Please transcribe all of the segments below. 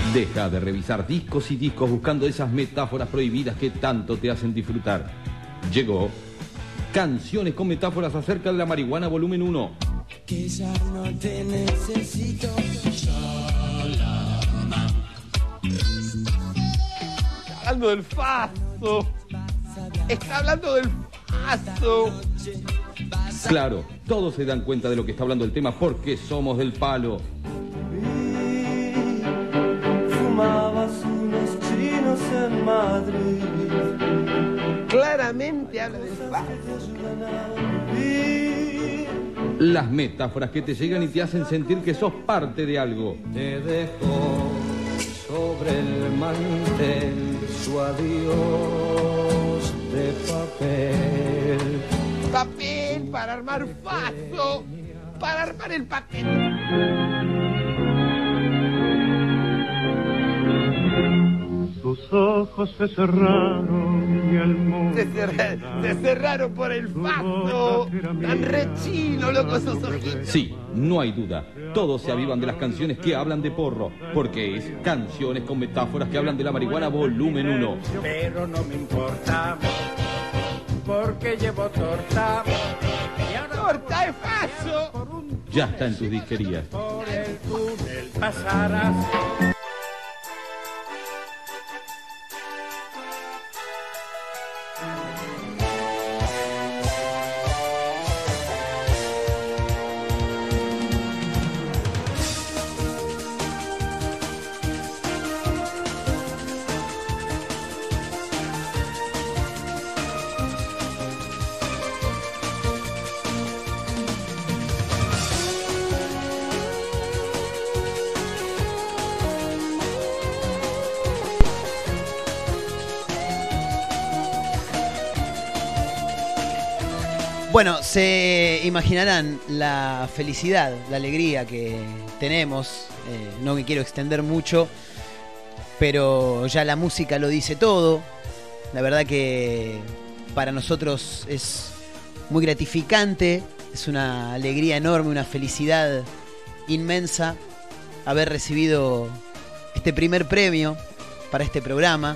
Deja de revisar discos y discos buscando esas metáforas prohibidas que tanto te hacen disfrutar. Llegó Canciones con metáforas acerca de la marihuana volumen 1. Que ya no te necesito. Está hablando del faso. Está hablando del faso. Claro, todos se dan cuenta de lo que está hablando el tema porque somos del palo. Fumabas unos chinos en Madrid. Claramente habla del faso. Las metáforas que te llegan y te hacen sentir que sos parte de algo. Te dejó sobre el mantel su adiós de papel. Papel para armar faso. Para armar el papel. Tus ojos se cerraron y el mundo Se cerraron por el faso. Tan rechino, loco, esos ojitos. Sí, no hay duda. Todos se avivan de las canciones que hablan de porro. Porque es Canciones con metáforas que hablan de la marihuana volumen 1. Pero no me importa, porque llevo torta. Y ahora ¡Torta de faso! Ya está en tus disquerías. por el túnel pasarás. Bueno, se imaginarán la felicidad, la alegría que tenemos. No me quiero extender mucho, pero ya la música lo dice todo. La verdad que para nosotros es muy gratificante, es una alegría enorme, una felicidad inmensa haber recibido este primer premio para este programa.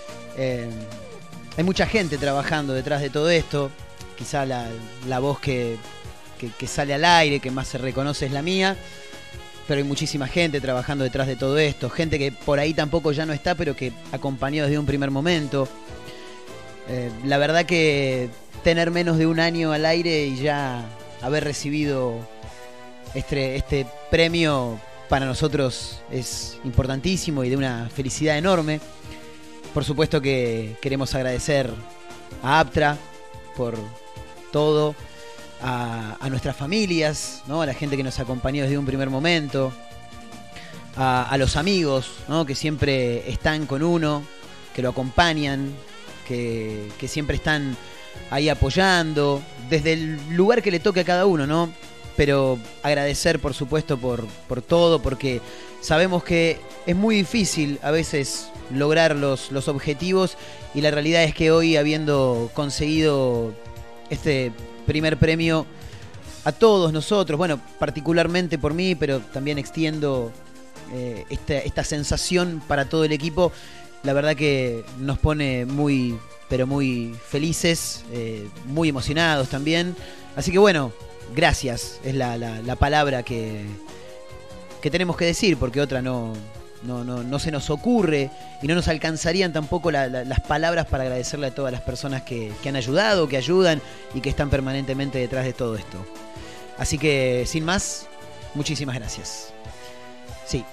Hay mucha gente trabajando detrás de todo esto. Quizá la voz que sale al aire, que más se reconoce es la mía, pero hay muchísima gente trabajando detrás de todo esto, gente que por ahí tampoco ya no está, pero que acompañó desde un primer momento. La verdad que tener menos de un año al aire y ya haber recibido este premio para nosotros es importantísimo y de una felicidad enorme. Por supuesto que queremos agradecer a Aptra por todo, a nuestras familias, ¿no? A la gente que nos acompañó desde un primer momento, a los amigos, ¿no? Que siempre están con uno, que lo acompañan, que siempre están ahí apoyando, desde el lugar que le toque a cada uno, ¿no? Pero agradecer, por supuesto, por todo, porque sabemos que es muy difícil a veces lograr los objetivos, y la realidad es que hoy, habiendo conseguido este primer premio, a todos nosotros, bueno, particularmente por mí, pero también extiendo esta sensación para todo el equipo, la verdad que nos pone muy, pero muy felices, muy emocionados también. Así que bueno, gracias es la palabra que tenemos que decir, porque otra no se nos ocurre, y no nos alcanzarían tampoco las palabras para agradecerle a todas las personas que han ayudado, que ayudan y que están permanentemente detrás de todo esto. Así que, sin más, muchísimas gracias. Sí,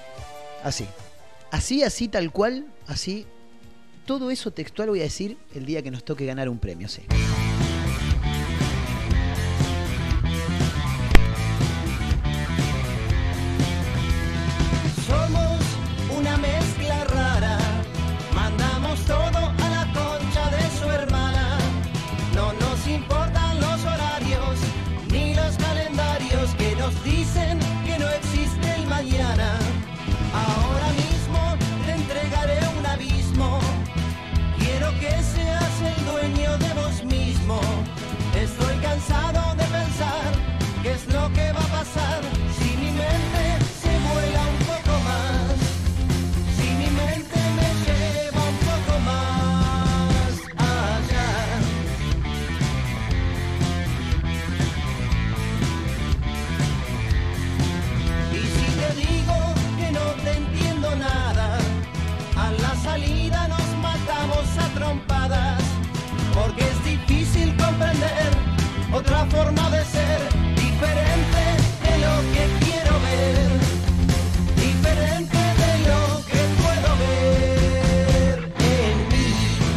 así tal cual, así, todo eso textual voy a decir el día que nos toque ganar un premio, sí. Dicen que no existe el mañana. Ahora mismo te entregaré un abismo. Quiero que seas el dueño de vos mismo. otra forma de ser, diferente de lo que quiero ver, diferente de lo que puedo ver en mí.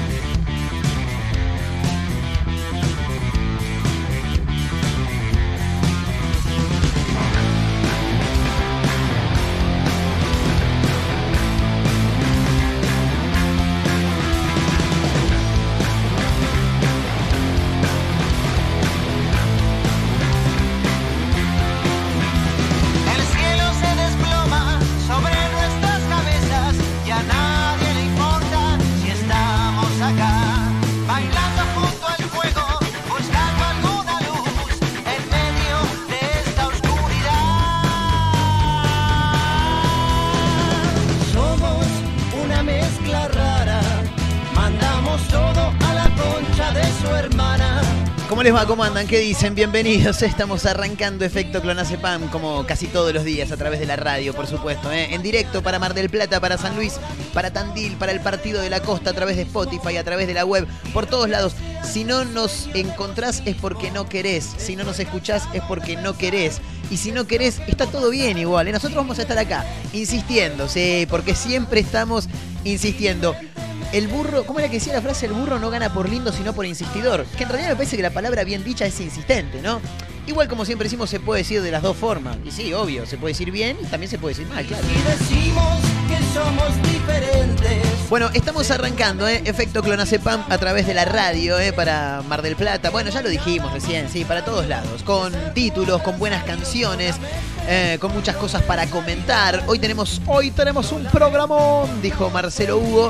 ¿Cómo les va? ¿Cómo andan? ¿Qué dicen? Bienvenidos. Estamos arrancando Efecto Clonazepam como casi todos los días a través de la radio, por supuesto, en directo para Mar del Plata, para San Luis, para Tandil, para el Partido de la Costa, a través de Spotify, a través de la web, por todos lados. Si no nos encontrás es porque no querés, si no nos escuchás es porque no querés. Y si no querés, está todo bien igual. Nosotros vamos a estar acá insistiendo, sí, porque siempre estamos insistiendo. El burro, ¿cómo era que decía la frase? El burro no gana por lindo, sino por insistidor. Que en realidad me parece que la palabra bien dicha es insistente, ¿no? Igual como siempre decimos, se puede decir de las dos formas. Y sí, obvio, se puede decir bien y también se puede decir mal, claro. Y decimos que somos diferentes. Bueno, estamos arrancando, Efecto Clonazepam a través de la radio, para Mar del Plata. Bueno, ya lo dijimos recién, sí, para todos lados. Con títulos, con buenas canciones, con muchas cosas para comentar. Hoy tenemos un programón, dijo Marcelo Hugo.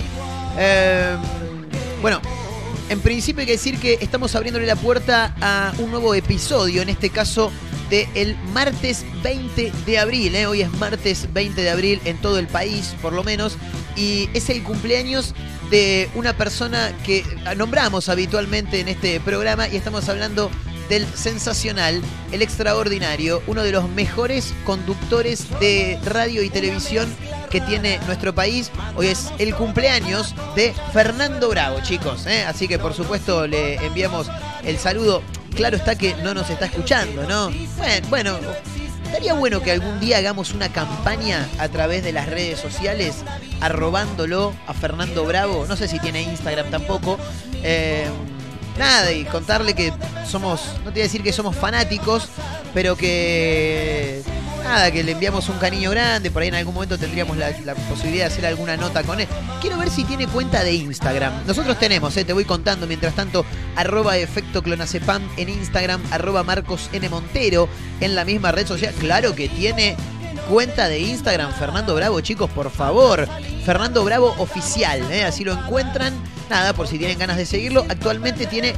Bueno, en principio hay que decir que estamos abriéndole la puerta a un nuevo episodio, en este caso del martes 20 de abril. Hoy es martes 20 de abril en todo el país, por lo menos, y es el cumpleaños de una persona que nombramos habitualmente en este programa, y estamos hablando del sensacional, el extraordinario, uno de los mejores conductores de radio y televisión que tiene nuestro país. Hoy es el cumpleaños de Fernando Bravo, chicos, así que por supuesto le enviamos el saludo. Claro está que no nos está escuchando, ¿no? Bueno, estaría bueno que algún día hagamos una campaña a través de las redes sociales arrobándolo a Fernando Bravo. No sé si tiene Instagram tampoco. Nada, y contarle que somos, no te voy a decir que somos fanáticos, pero que nada, que le enviamos un cariño grande. Por ahí en algún momento tendríamos la posibilidad de hacer alguna nota con él. Quiero ver si tiene cuenta de Instagram. Nosotros tenemos, te voy contando mientras tanto, @Efecto Clonazepam en Instagram, @Marcos N. Montero en la misma red social. Claro que tiene cuenta de Instagram Fernando Bravo, chicos, por favor. Fernando Bravo Oficial, así lo encuentran. Nada, por si tienen ganas de seguirlo. Actualmente tiene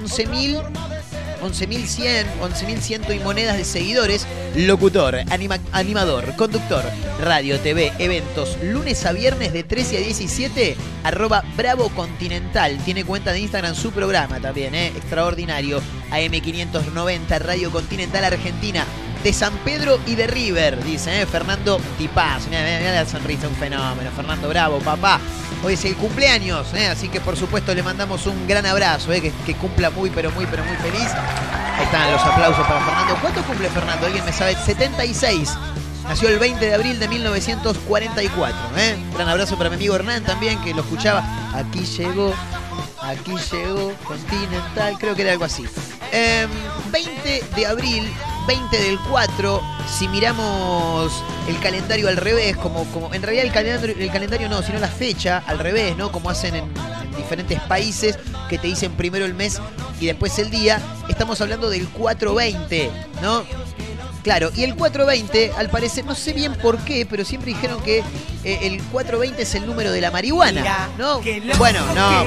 11.100 y monedas de seguidores. Locutor, animador, conductor, radio, TV, eventos, lunes a viernes de 13 a 17, @Bravo Continental. Tiene cuenta de Instagram su programa también, extraordinario. AM590, Radio Continental Argentina. De San Pedro y de River, dice, Fernando Tipaz. Mira la sonrisa, un fenómeno. Fernando Bravo, papá. Hoy es el cumpleaños, así que por supuesto le mandamos un gran abrazo, que cumpla muy, pero muy feliz. Ahí están los aplausos para Fernando. ¿Cuánto cumple Fernando? ¿Alguien me sabe? 76. Nació el 20 de abril de 1944. Gran abrazo para mi amigo Hernán también, que lo escuchaba. Aquí llegó Continental, creo que era algo así. 20 de abril, 20 del 4, si miramos el calendario al revés, como en realidad el calendario no, sino la fecha al revés, ¿no? Como hacen en diferentes países, que te dicen primero el mes y después el día. Estamos hablando del 420, ¿no? Claro, y el 420, al parecer, no sé bien por qué, pero siempre dijeron que el 420 es el número de la marihuana, ¿no? Bueno, no.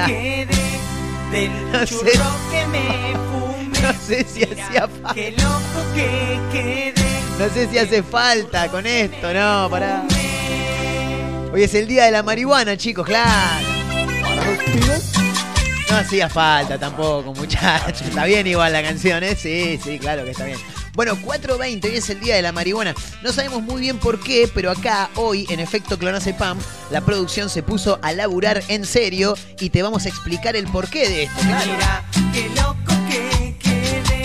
No sé si hacía falta. No sé si hace falta con esto, no, pará. Hoy es el día de la marihuana, chicos, claro. No hacía falta tampoco, muchachos. Está bien igual la canción, ¿eh? Sí, claro que está bien. Bueno, 4:20, hoy es el día de la marihuana. No sabemos muy bien por qué, pero acá, hoy, en Efecto Clonazepam, la producción se puso a laburar en serio y te vamos a explicar el porqué de esto. Claro. Mira, qué loco que quedé.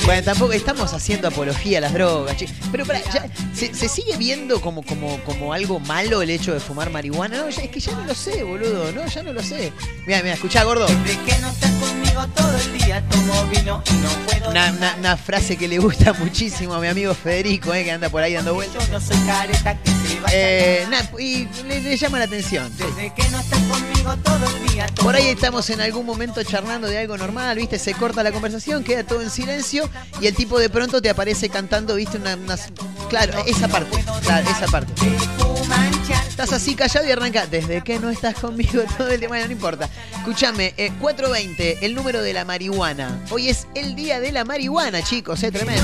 Bueno, tampoco estamos haciendo apología a las drogas, chicos. Pero pará, ya, ¿se sigue viendo como algo malo el hecho de fumar marihuana? No, es que ya no lo sé, boludo. No, ya no lo sé. Mira, escuchá, gordo. Desde que no estás conmigo todo el día tomo vino y no puedo. Una frase que le gusta muchísimo a mi amigo Federico, que anda por ahí dando vueltas. Yo no soy careta que se vaya. Y le llama la atención. Desde que no estás conmigo todo el día tomo Por ahí estamos en algún momento charlando de algo normal, ¿viste? Se corta la conversación, queda todo en silencio y el tipo de pronto te aparece cantando, ¿viste? Claro, esa parte. Claro, esa parte. Estás así callado y arranca. Desde que no estás conmigo todo el día. Bueno, no importa. Escúchame, 420, el número de la marihuana. Hoy es el día de la marihuana, chicos, tremendo.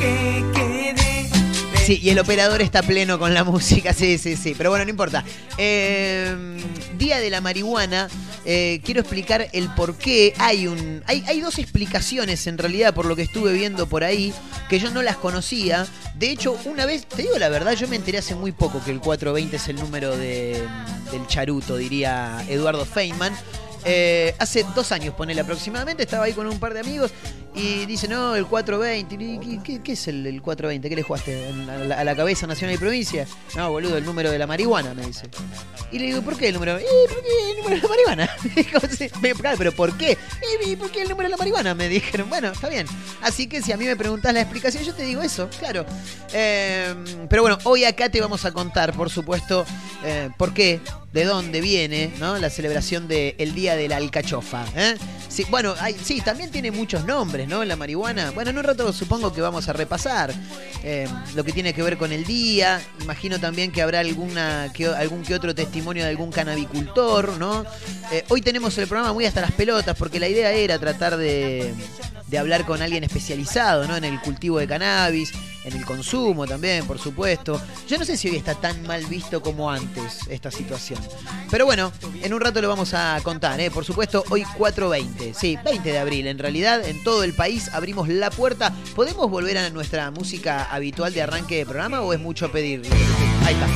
Sí, y el operador está pleno con la música, sí. Pero bueno, no importa. Día de la marihuana. Quiero explicar el por qué. Hay dos explicaciones en realidad por lo que estuve viendo por ahí, que yo no las conocía. De hecho, una vez, te digo la verdad, yo me enteré hace muy poco que el 420 es el número del charuto, diría Eduardo Feynman. Hace 2 años, ponele aproximadamente, estaba ahí con un par de amigos y dice, no, el 420. ¿Qué es el 420? ¿Qué le jugaste? ¿A la cabeza nacional y provincia? No, boludo, el número de la marihuana, me dice. Y le digo, ¿por qué el número? ¿Por qué el número de la marihuana? Claro, ¿pero por qué? ¿Por qué el número de la marihuana? Me dijeron, bueno, está bien. Así que si a mí me preguntás la explicación, yo te digo eso, claro. Pero bueno, hoy acá te vamos a contar, por supuesto, por qué, de dónde viene, ¿no? La celebración del Día de la Alcachofa. Sí, bueno, sí, también tiene muchos nombres, ¿no? La marihuana. Bueno, en un rato supongo que vamos a repasar lo que tiene que ver con el día. Imagino también que habrá algún que otro testimonio de algún canabicultor, ¿no? Hoy tenemos el programa muy hasta las pelotas porque la idea era tratar de hablar con alguien especializado, ¿no? En el cultivo de cannabis, en el consumo también, por supuesto. Yo no sé si hoy está tan mal visto como antes esta situación. Pero bueno, en un rato lo vamos a contar, ¿eh? Por supuesto, hoy 4:20. Sí, 20 de abril. En realidad, en todo el país abrimos la puerta. ¿Podemos volver a nuestra música habitual de arranque de programa o es mucho pedir? Ahí está.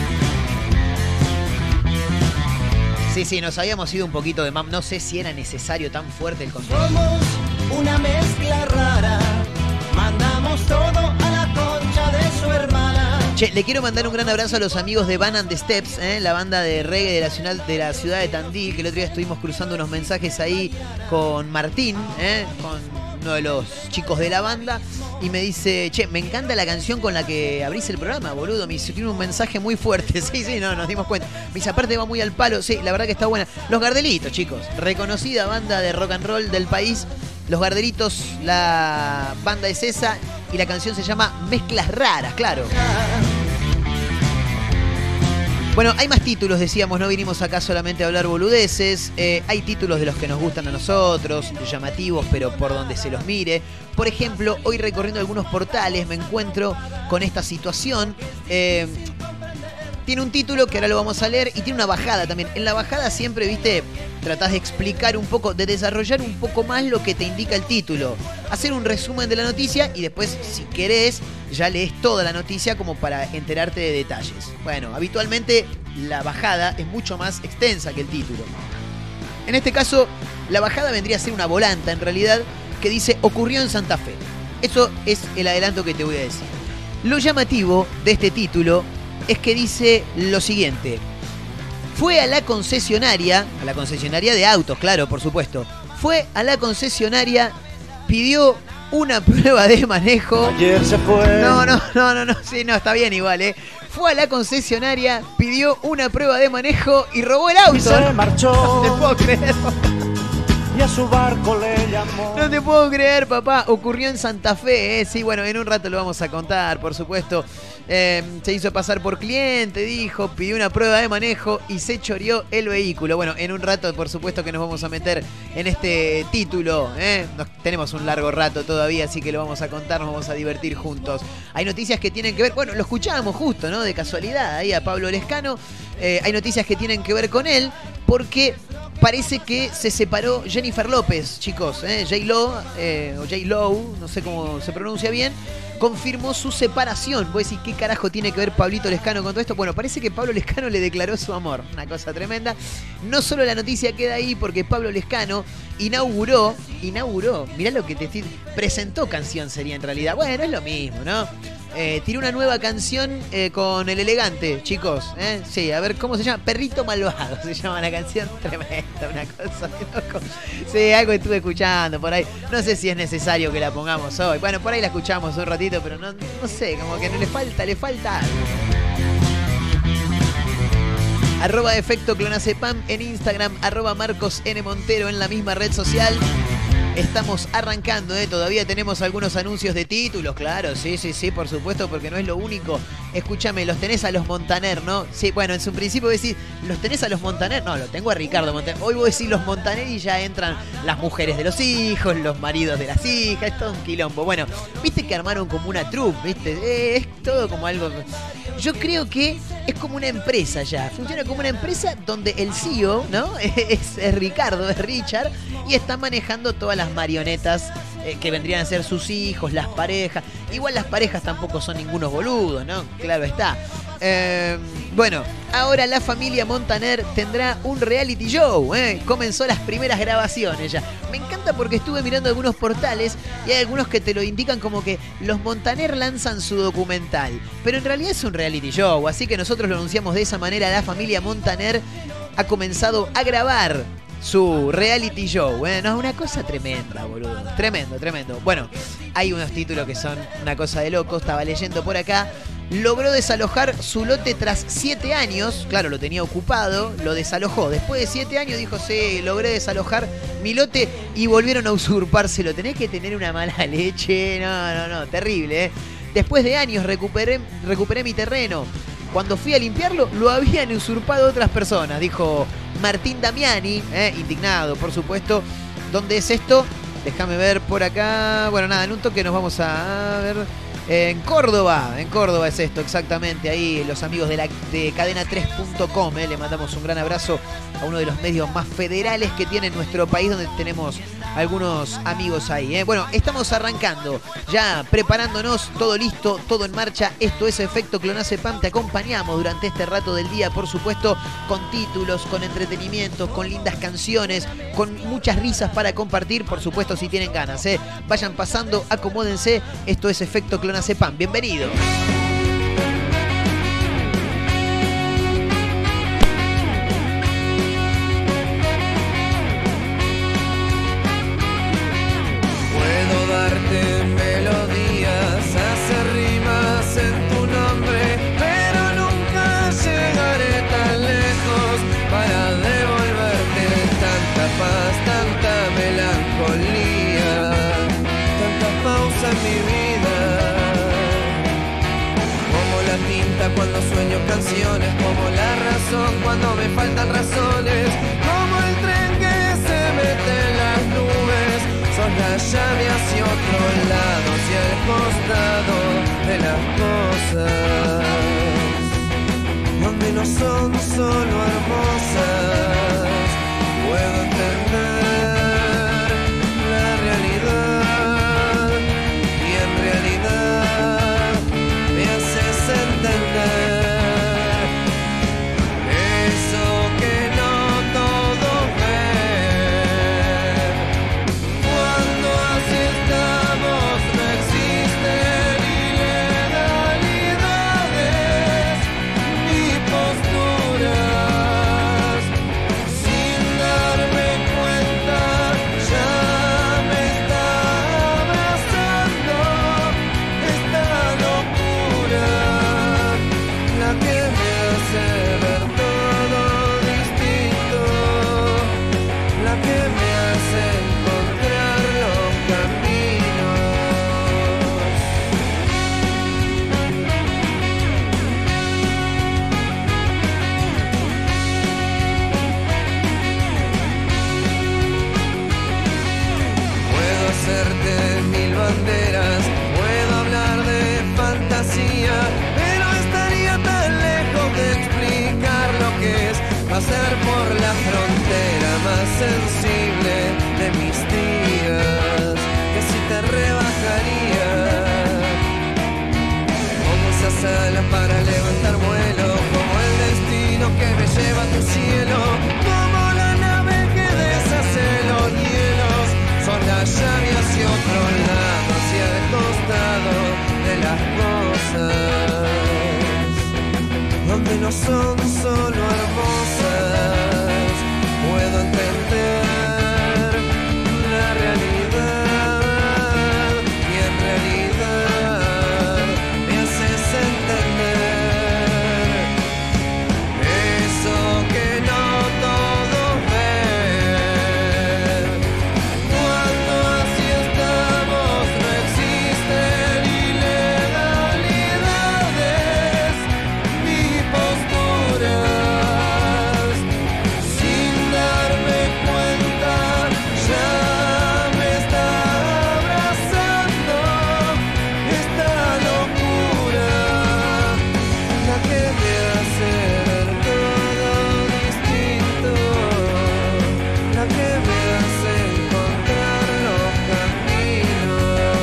Sí, nos habíamos ido un poquito de mam. No sé si era necesario tan fuerte el control. Somos una mezcla rara, mandamos todo a la concha de su hermana. Che, le quiero mandar un gran abrazo a los amigos de Van and the Steps, la banda de reggae de la ciudad de Tandil, que el otro día estuvimos cruzando unos mensajes ahí con Martín, con uno de los chicos de la banda, y me dice, che, me encanta la canción con la que abrís el programa, boludo. Me dice, tiene un mensaje muy fuerte. Sí, no, nos dimos cuenta. Me dice, aparte va muy al palo. Sí, la verdad que está buena. Los Gardelitos, chicos, reconocida banda de rock and roll del país. Los Gardelitos, la banda es esa y la canción se llama Mezclas Raras, claro. Bueno, hay más títulos, decíamos, no vinimos acá solamente a hablar boludeces. Hay títulos de los que nos gustan a nosotros, llamativos, pero por donde se los mire. Por ejemplo, hoy recorriendo algunos portales me encuentro con esta situación. Tiene un título que ahora lo vamos a leer y tiene una bajada también. En la bajada siempre, viste, tratás de explicar un poco, de desarrollar un poco más lo que te indica el título. Hacer un resumen de la noticia y después, si querés, ya lees toda la noticia como para enterarte de detalles. Bueno, habitualmente la bajada es mucho más extensa que el título. En este caso, la bajada vendría a ser una volanta, en realidad, que dice ocurrió en Santa Fe. Eso es el adelanto que te voy a decir. Lo llamativo de este título es que dice lo siguiente. Fue a la concesionaria de autos, claro, por supuesto. Fue a la concesionaria, pidió una prueba de manejo. Ayer se fue. No, sí, no, está bien igual, Fue a la concesionaria, pidió una prueba de manejo y robó el auto. Y se marchó. No te puedo creer. Y a su barco le llamó. No te puedo creer, papá. Ocurrió en Santa Fe, Sí, bueno, en un rato lo vamos a contar, por supuesto. Se hizo pasar por cliente, dijo, pidió una prueba de manejo y se choreó el vehículo. Bueno, en un rato, por supuesto, que nos vamos a meter en este título. Tenemos un largo rato todavía, así que lo vamos a contar, nos vamos a divertir juntos. Hay noticias que tienen que ver, bueno, lo escuchábamos justo, ¿no? De casualidad, ahí a Pablo Lescano. Hay noticias que tienen que ver con él, porque parece que se separó Jennifer López, chicos. J-Lo, o J-Lo, no sé cómo se pronuncia bien, confirmó su separación. Vos decís, ¿qué carajo tiene que ver Pablito Lescano con todo esto? Bueno, parece que Pablo Lescano le declaró su amor. Una cosa tremenda. No solo la noticia queda ahí, porque Pablo Lescano inauguró, mirá lo que te estoy... Presentó canción sería en realidad. Bueno, es lo mismo, ¿no? Tiró una nueva canción con El Elegante, chicos. Sí, a ver, ¿cómo se llama? Perrito Malvado se llama la canción. Tremenda, una cosa de loco. Sí, algo estuve escuchando por ahí. No sé si es necesario que la pongamos hoy. Bueno, por ahí la escuchamos un ratito, pero no sé, como que no le falta algo. @Efecto Clonacepam en Instagram, @Marcos N. Montero en la misma red social. Estamos arrancando, todavía tenemos algunos anuncios de títulos, claro, sí, por supuesto, porque no es lo único. Escúchame, los tenés a los Montaner, ¿no? Sí, bueno, en su principio vos decís, ¿los tenés a los Montaner? No, lo tengo a Ricardo Montaner. Hoy vos decís los Montaner y ya entran las mujeres de los hijos, los maridos de las hijas, es todo un quilombo. Bueno, viste que armaron como una troupe, viste, es todo como algo... Yo creo que es como una empresa ya, funciona como una empresa donde el CEO, ¿no? Es Ricardo, es Richard, y está manejando todas las marionetas que vendrían a ser sus hijos, las parejas. Igual las parejas tampoco son ningunos boludos, ¿no? Claro está. Bueno, ahora la familia Montaner tendrá un reality show, Comenzó las primeras grabaciones ya. Me encanta porque estuve mirando algunos portales y hay algunos que te lo indican como que los Montaner lanzan su documental, pero en realidad es un reality show, así que nosotros lo anunciamos de esa manera. La familia Montaner ha comenzado a grabar su reality show, no, es una cosa tremenda, boludo. Tremendo. Bueno, hay unos títulos que son una cosa de loco. Estaba leyendo por acá. Logró desalojar su lote tras 7 años. Claro, lo tenía ocupado, lo desalojó. Después de 7 años dijo, sí, logré desalojar mi lote y volvieron a usurpárselo. Tenés que tener una mala leche. No, terrible, Después de años recuperé mi terreno. Cuando fui a limpiarlo, lo habían usurpado otras personas, dijo Martín Damiani, indignado, por supuesto. ¿Dónde es esto? Déjame ver por acá. Bueno, nada, en un toque nos vamos a ver. En Córdoba es esto, exactamente. Ahí los amigos de cadena3.com, le mandamos un gran abrazo a uno de los medios más federales que tiene nuestro país, donde tenemos algunos amigos ahí. Bueno, estamos arrancando, ya preparándonos, todo listo, todo en marcha. Esto es Efecto Clonacepam. Te acompañamos durante este rato del día, por supuesto, con títulos, con entretenimientos, con lindas canciones, con muchas risas para compartir, por supuesto, si tienen ganas. Vayan pasando, acomódense. Esto es Efecto Clonacepam. Bienvenido. Puedo darte melodías, hacer rimas en tu nombre, pero nunca llegaré tan lejos para devolverte tanta paz, tanta melancolía, tanta pausa en mi vida. Cuando sueño canciones, como la razón cuando me faltan razones, como el tren que se mete en las nubes, sos la llave hacia otro lado, hacia el costado de las cosas, donde no son solo hermosas. Puedo entender la realidad y en realidad me haces entender eso que no todos ven. Cuando así estamos no existen ilegalidades ni posturas. Sin darme cuenta ya me está abrazando esta locura, la que me hace ver todo distinto, la que me hace encontrar los caminos. Puedo hacerte mil banderas, puedo hablar de fantasía, pero estaría tan lejos de explicar lo que es pasar por la frontera más sensible de mis días, que si te rebajaría, como esas alas para levantar vuelo, como el destino que me lleva a tu cielo, como la nave que deshace los hielos, son las llave hacia otro lado, hacia el costado de las cosas, donde no son solo hermosas, puedo entender la realidad y en realidad me haces entender eso que no todos ven. Cuando así estamos no existen ilegalidades ni posturas. Sin darme cuenta ya me está abrazando esta locura, la que me hace ver todo distinto, la que me hace encontrar los caminos.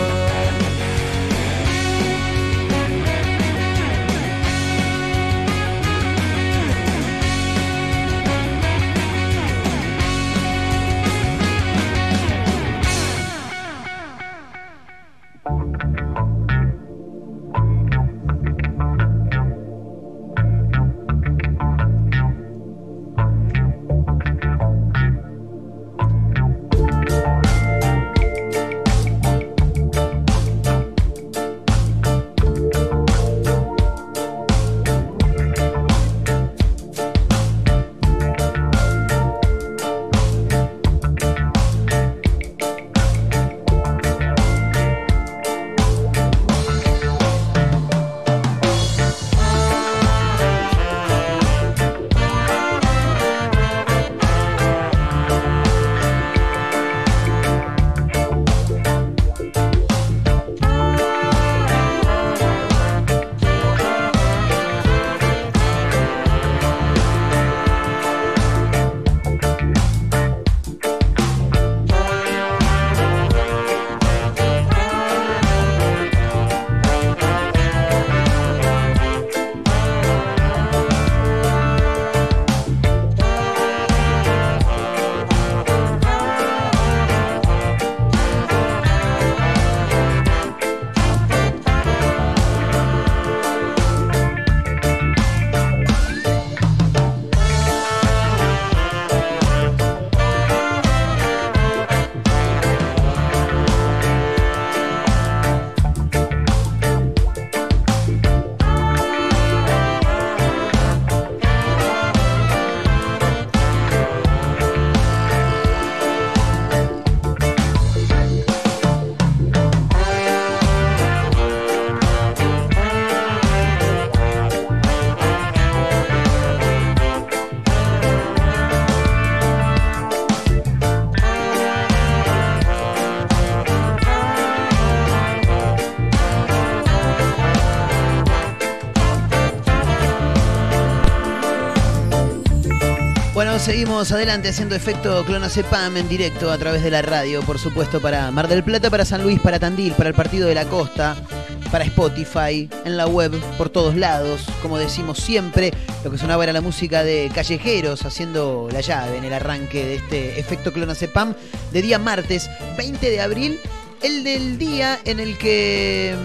Bueno, seguimos adelante haciendo efecto Clonazepam en directo a través de la radio, por supuesto, para Mar del Plata, para San Luis, para Tandil, para el Partido de la Costa, para Spotify, en la web, por todos lados. Como decimos siempre, lo que sonaba era la música de Callejeros haciendo la llave en el arranque de este efecto Clonazepam de día martes 20 de abril, el del día en el que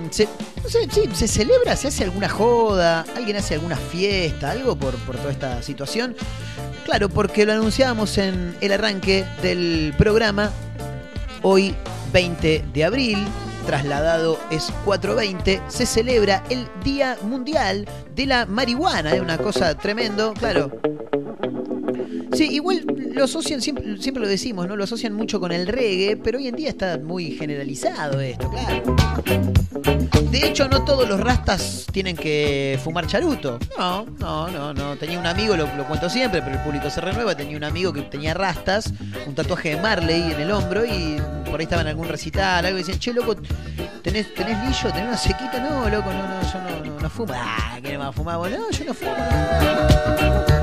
no sé, sí, se celebra, se hace alguna joda, alguien hace alguna fiesta, algo por toda esta situación. Claro, porque lo anunciábamos en el arranque del programa. Hoy, 20 de abril, trasladado es 4:20, se celebra el Día Mundial de la Marihuana. Es una cosa tremendo, claro. Sí, igual lo asocian, siempre lo decimos, ¿no? Lo asocian mucho con el reggae, pero hoy en día está muy generalizado esto, claro. De hecho, no todos los rastas tienen que fumar charuto. No. Tenía un amigo, lo cuento siempre, pero el público se renueva. Tenía un amigo que tenía rastas, un tatuaje de Marley en el hombro, y por ahí estaba en algún recital, algo, y decían, che, loco, ¿tenés lillo? ¿Tenés una sequita? No, loco, yo no fumo. Ah, ¿quién más fumaba? No, yo no fumo. Bueno,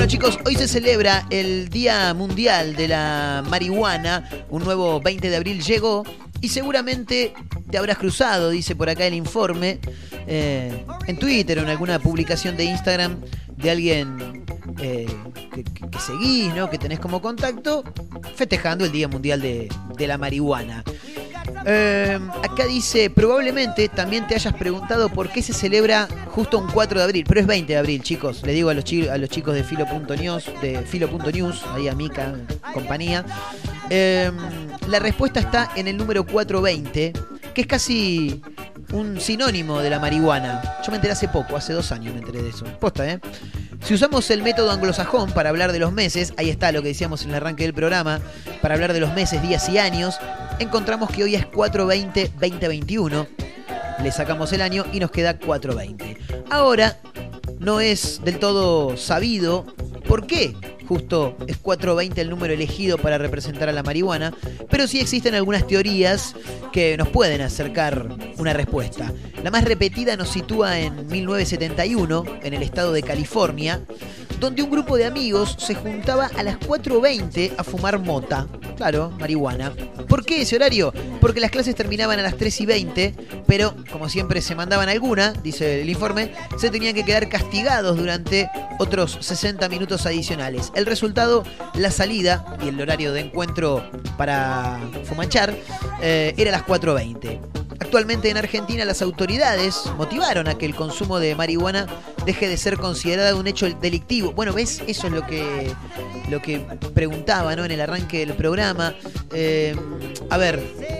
Bueno, chicos, hoy se celebra el Día Mundial de la Marihuana. Un nuevo 20 de abril llegó y seguramente te habrás cruzado, dice por acá el informe, en Twitter o en alguna publicación de Instagram de alguien que seguís, ¿no? Que tenés como contacto, festejando el Día Mundial de la Marihuana. Acá dice, probablemente también te hayas preguntado por qué se celebra justo un 4 de abril, pero es 20 de abril, chicos. Le digo a los chicos de Filo.news, ahí a Mica, compañía. La respuesta está en el número 420, que es casi un sinónimo de la marihuana. Yo me enteré hace poco, hace 2 años me enteré de eso. Posta, ¿eh? Si usamos el método anglosajón para hablar de los meses, ahí está lo que decíamos en el arranque del programa, para hablar de los meses, días y años, encontramos que hoy es 4/20/2021, le sacamos el año y nos queda 4/20. Ahora, no es del todo sabido por qué justo es 4/20 el número elegido para representar a la marihuana, pero sí existen algunas teorías que nos pueden acercar una respuesta. La más repetida nos sitúa en 1971, en el estado de California, donde un grupo de amigos se juntaba a las 4:20 a fumar mota. Claro, marihuana. ¿Por qué ese horario? Porque las clases terminaban a las 3:20, pero como siempre se mandaban alguna, dice el informe, se tenían que quedar castigados durante otros 60 minutos adicionales. El resultado, la salida y el horario de encuentro para fumanchar era a las 4:20. Actualmente en Argentina las autoridades motivaron a que el consumo de marihuana deje de ser considerado un hecho delictivo. Bueno, ¿ves? Eso es lo que preguntaba, ¿no? En el arranque del programa. A ver,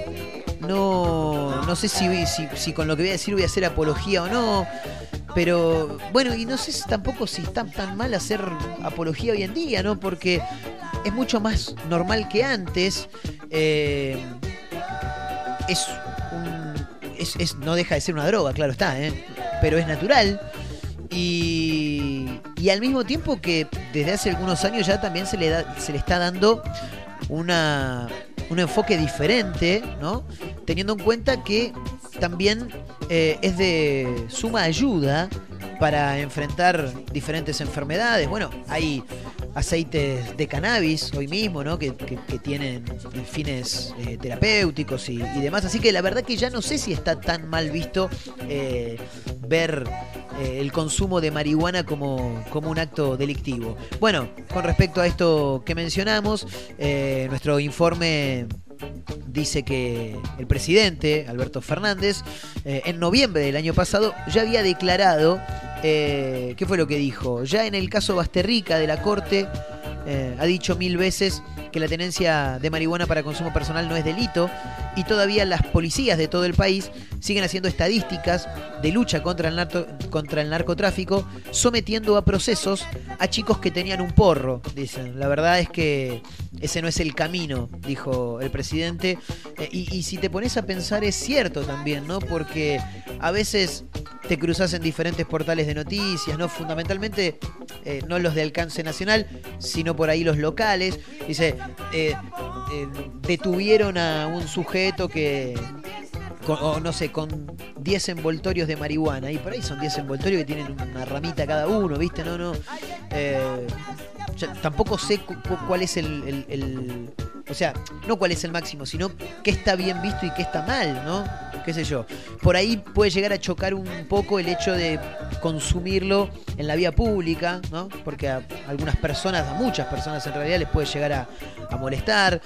no sé si con lo que voy a decir voy a hacer apología o no. Pero, bueno, y no sé tampoco si está tan mal hacer apología hoy en día, ¿no? Porque es mucho más normal que antes. No deja de ser una droga, claro está, pero es natural. Y al mismo tiempo que desde hace algunos años ya también se le está dando un enfoque diferente, ¿no? Teniendo en cuenta que también es de suma ayuda para enfrentar diferentes enfermedades. Bueno, hay aceites de cannabis hoy mismo, ¿no? que tienen fines terapéuticos y demás. Así que la verdad que ya no sé si está tan mal visto ver el consumo de marihuana como un acto delictivo. Bueno, con respecto a esto que mencionamos, nuestro informe dice que el presidente, Alberto Fernández, en noviembre del año pasado ya había declarado, ¿qué fue lo que dijo? Ya en el caso Basterrica de la Corte, ha dicho 1000 veces que la tenencia de marihuana para consumo personal no es delito, y todavía las policías de todo el país siguen haciendo estadísticas de lucha contra el narcotráfico, sometiendo a procesos a chicos que tenían un porro, dicen. La verdad es que ese no es el camino, dijo el presidente, y si te pones a pensar es cierto también, ¿no? Porque a veces te cruzas en diferentes portales de noticias, ¿no? Fundamentalmente no los de alcance nacional, sino por ahí los locales. Dice, detuvieron a un sujeto que, con 10 envoltorios de marihuana, y por ahí son 10 envoltorios que tienen una ramita cada uno, ¿viste? Tampoco sé cuál es o sea, no cuál es el máximo, sino qué está bien visto y qué está mal, ¿no? Qué sé yo. Por ahí puede llegar a chocar un poco el hecho de consumirlo en la vía pública, ¿no? Porque a algunas personas, a muchas personas en realidad les puede llegar a molestar.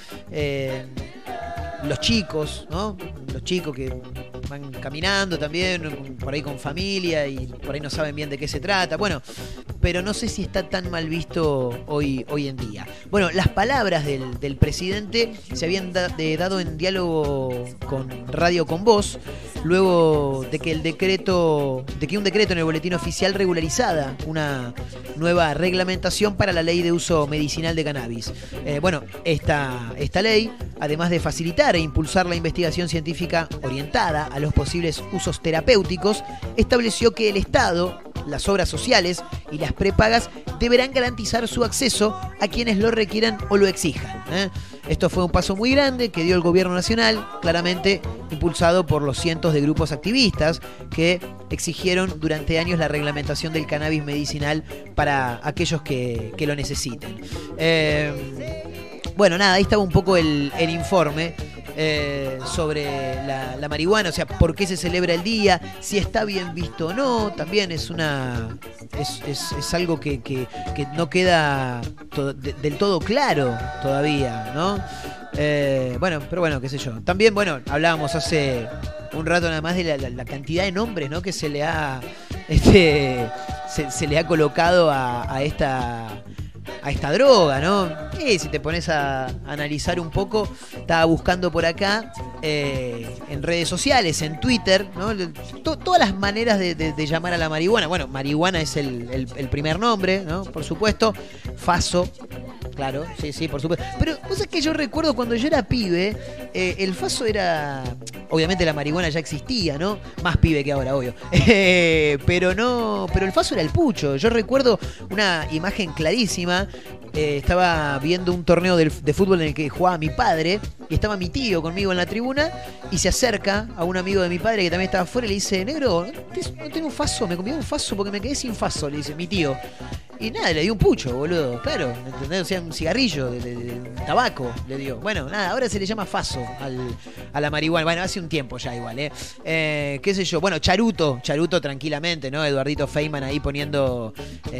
Los chicos, ¿no? Los chicos que van caminando también, por ahí con familia, y por ahí no saben bien de qué se trata. Bueno, pero no sé si está tan mal visto hoy en día. Bueno, las palabras del presidente se habían dado en diálogo con Radio Con Voz, luego de que un decreto en el boletín oficial regularizada una nueva reglamentación para la ley de uso medicinal de cannabis. Bueno, esta ley, además de facilitar e impulsar la investigación científica orientada a los posibles usos terapéuticos, estableció que el Estado, las obras sociales y las prepagas deberán garantizar su acceso a quienes lo requieran o lo exijan. Esto fue un paso muy grande que dio el gobierno nacional, claramente impulsado por los cientos de grupos activistas que exigieron durante años la reglamentación del cannabis medicinal para aquellos que lo necesiten. Bueno, nada, ahí estaba un poco el informe sobre la marihuana, o sea, por qué se celebra el día, si está bien visto o no. También es algo que no queda del todo claro todavía, ¿no? Bueno, pero bueno, qué sé yo. También, bueno, hablábamos hace un rato nada más de la cantidad de nombres, ¿no?, que se le ha se le ha colocado a esta droga, ¿no? Y si te pones a analizar un poco, estaba buscando por acá en redes sociales, en Twitter, ¿no? Todas las maneras de llamar a la marihuana. Bueno, marihuana es el primer nombre, ¿no? Por supuesto. Faso, claro, sí, por supuesto. Pero vos sabés que yo recuerdo cuando yo era pibe, el faso era... Obviamente la marihuana ya existía, ¿no? Más pibe que ahora, obvio. Pero el faso era el pucho. Yo recuerdo una imagen clarísima. Estaba viendo un torneo de fútbol en el que jugaba mi padre y estaba mi tío conmigo en la tribuna y se acerca a un amigo de mi padre que también estaba afuera y le dice: negro, ¿no tengo un faso? Me comí un faso porque me quedé sin faso, le dice mi tío. Y nada, le dio un pucho, boludo. Claro, ¿entendés? O sea, un cigarrillo de tabaco le dio. Bueno, nada, ahora se le llama faso a la marihuana. Bueno, hace un tiempo ya igual, qué sé yo. Bueno, charuto tranquilamente, ¿no? Eduardito Feynman ahí poniéndole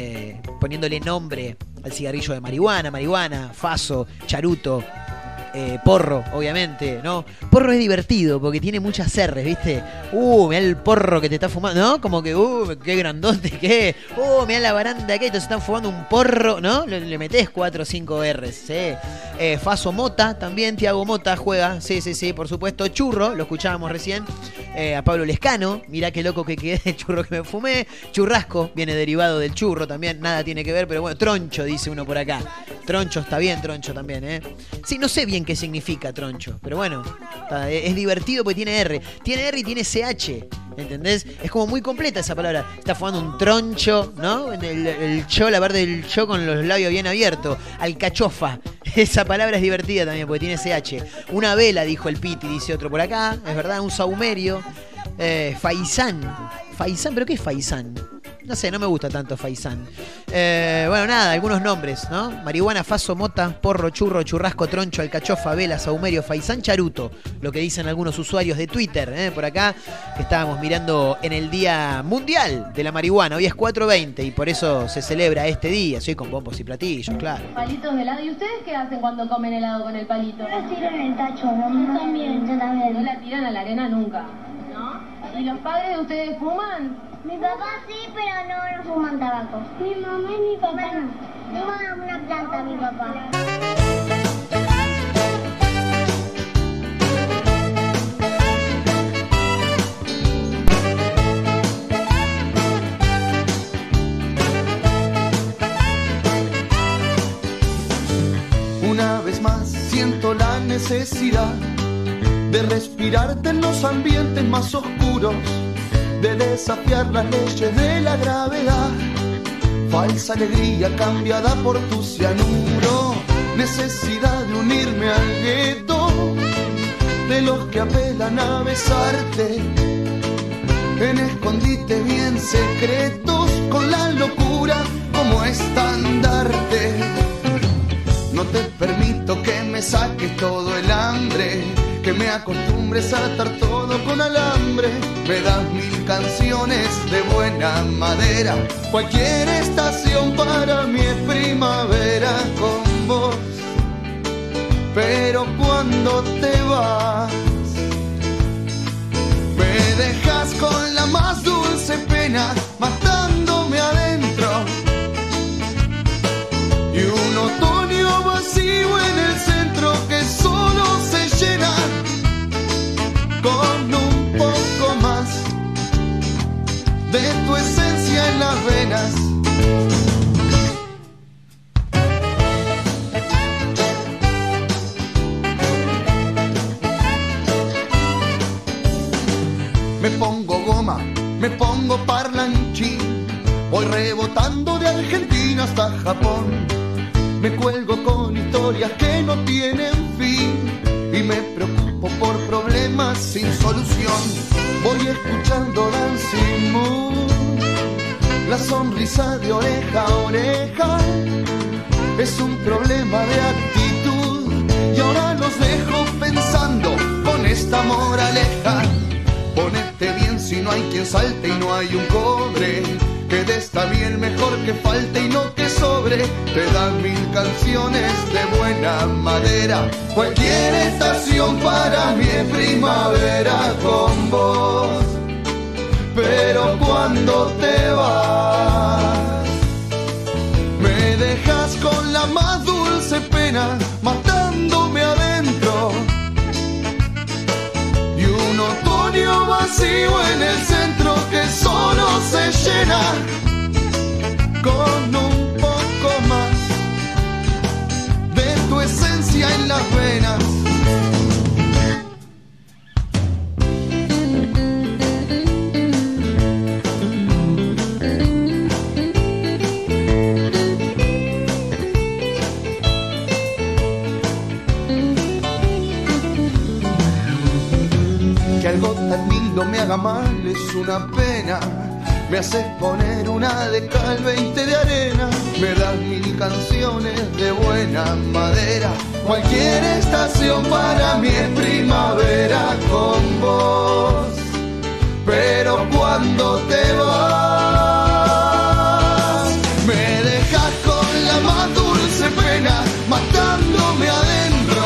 nombre al cigarrillo de marihuana, faso, charuto. Porro, obviamente, ¿no? Porro es divertido porque tiene muchas R's, ¿viste? Mirá el porro que te está fumando, ¿no? Como que, qué grandote que es. Mirá la baranda que te están fumando un porro, ¿no? Le metés 4 o 5 R's, ¿sí? Faso Mota, también, Tiago Mota juega, sí, por supuesto. Churro, lo escuchábamos recién. A Pablo Lescano, mirá qué loco que quedé el churro que me fumé. Churrasco, viene derivado del churro también, nada tiene que ver, pero bueno, troncho, dice uno por acá. Troncho, está bien, troncho también, Sí, no sé bien qué significa troncho, pero bueno, es divertido porque tiene R y tiene CH, ¿entendés? Es como muy completa esa palabra. Está fumando un troncho, ¿no? El cho, la parte del cho con los labios bien abiertos. Alcachofa, esa palabra es divertida también porque tiene CH. Una vela, dijo el Piti, dice otro por acá, es verdad, un saumerio. Faisán, ¿pero qué es Faisán? No sé, no me gusta tanto Faisán. Bueno, nada, algunos nombres, ¿no? Marihuana, faso, mota, porro, churro, churrasco, troncho, alcachofa, vela, saumerio, faisán, charuto. Lo que dicen algunos usuarios de Twitter, por acá, que estábamos mirando en el Día Mundial de la Marihuana. Hoy es 4/20 y por eso se celebra este día. Soy con bombos y platillos, claro. Palitos de helado. ¿Y ustedes qué hacen cuando comen helado con el palito? La tiro en el tacho, ¿no? Yo también. ¿No la tiran a la arena nunca? ¿No? ¿Y los padres de ustedes fuman? Mi papá sí, pero no fuman tabaco. Mi mamá y mi papá no. Fuma una planta, mi papá. Una vez más siento la necesidad de respirarte en los ambientes más oscuros, de desafiar las leyes de la gravedad. Falsa alegría cambiada por tu cianuro, necesidad de unirme al gueto de los que apelan a besarte en escondites bien secretos, con la locura como estandarte. No te permito que me saques todo el hambre, que me acostumbres a atar todo con alambre. Me das 1000 canciones de buena madera, cualquier estación para mí es primavera con vos. Pero cuando te vas, me dejas con la más dulce pena, matándome adentro. Y un otoño vacío en el centro que solo se llena con un poco más de tu esencia en las venas. Me pongo goma, me pongo parlanchín, voy rebotando de Argentina hasta Japón. Me cuelgo con historias que no tienen fin y me preocupo por problemas problemas sin solución. Voy escuchando Dancing Moon, la sonrisa de oreja a oreja es un problema de actitud. Y ahora los dejo pensando con esta moraleja: ponete bien si no hay quien salte y no hay un cobre. Que de está bien mejor que falte y no que sobre. Te dan 1000 canciones de buena madera. Cualquier estación para mí es primavera con vos. Pero cuando te vas, me dejas con la más dulce pena, matándome adentro. Y un otoño vacío en el centro que solo se llena con un poco más de tu esencia en las venas. Que algo tan lindo me haga mal es una pena. Me haces poner una de cal, 20 de arena. Me das 1000 canciones de buena madera. Cualquier estación para mí es primavera con vos. Pero cuando te vas, me dejas con la más dulce pena, matándome adentro.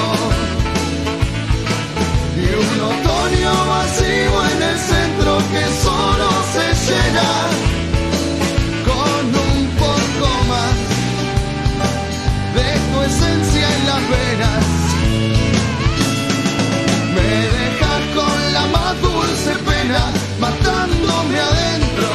Y un otoño vacío en el centro que solo se llena con un poco más de tu esencia en las venas. Me dejas con la más dulce pena, matándome adentro.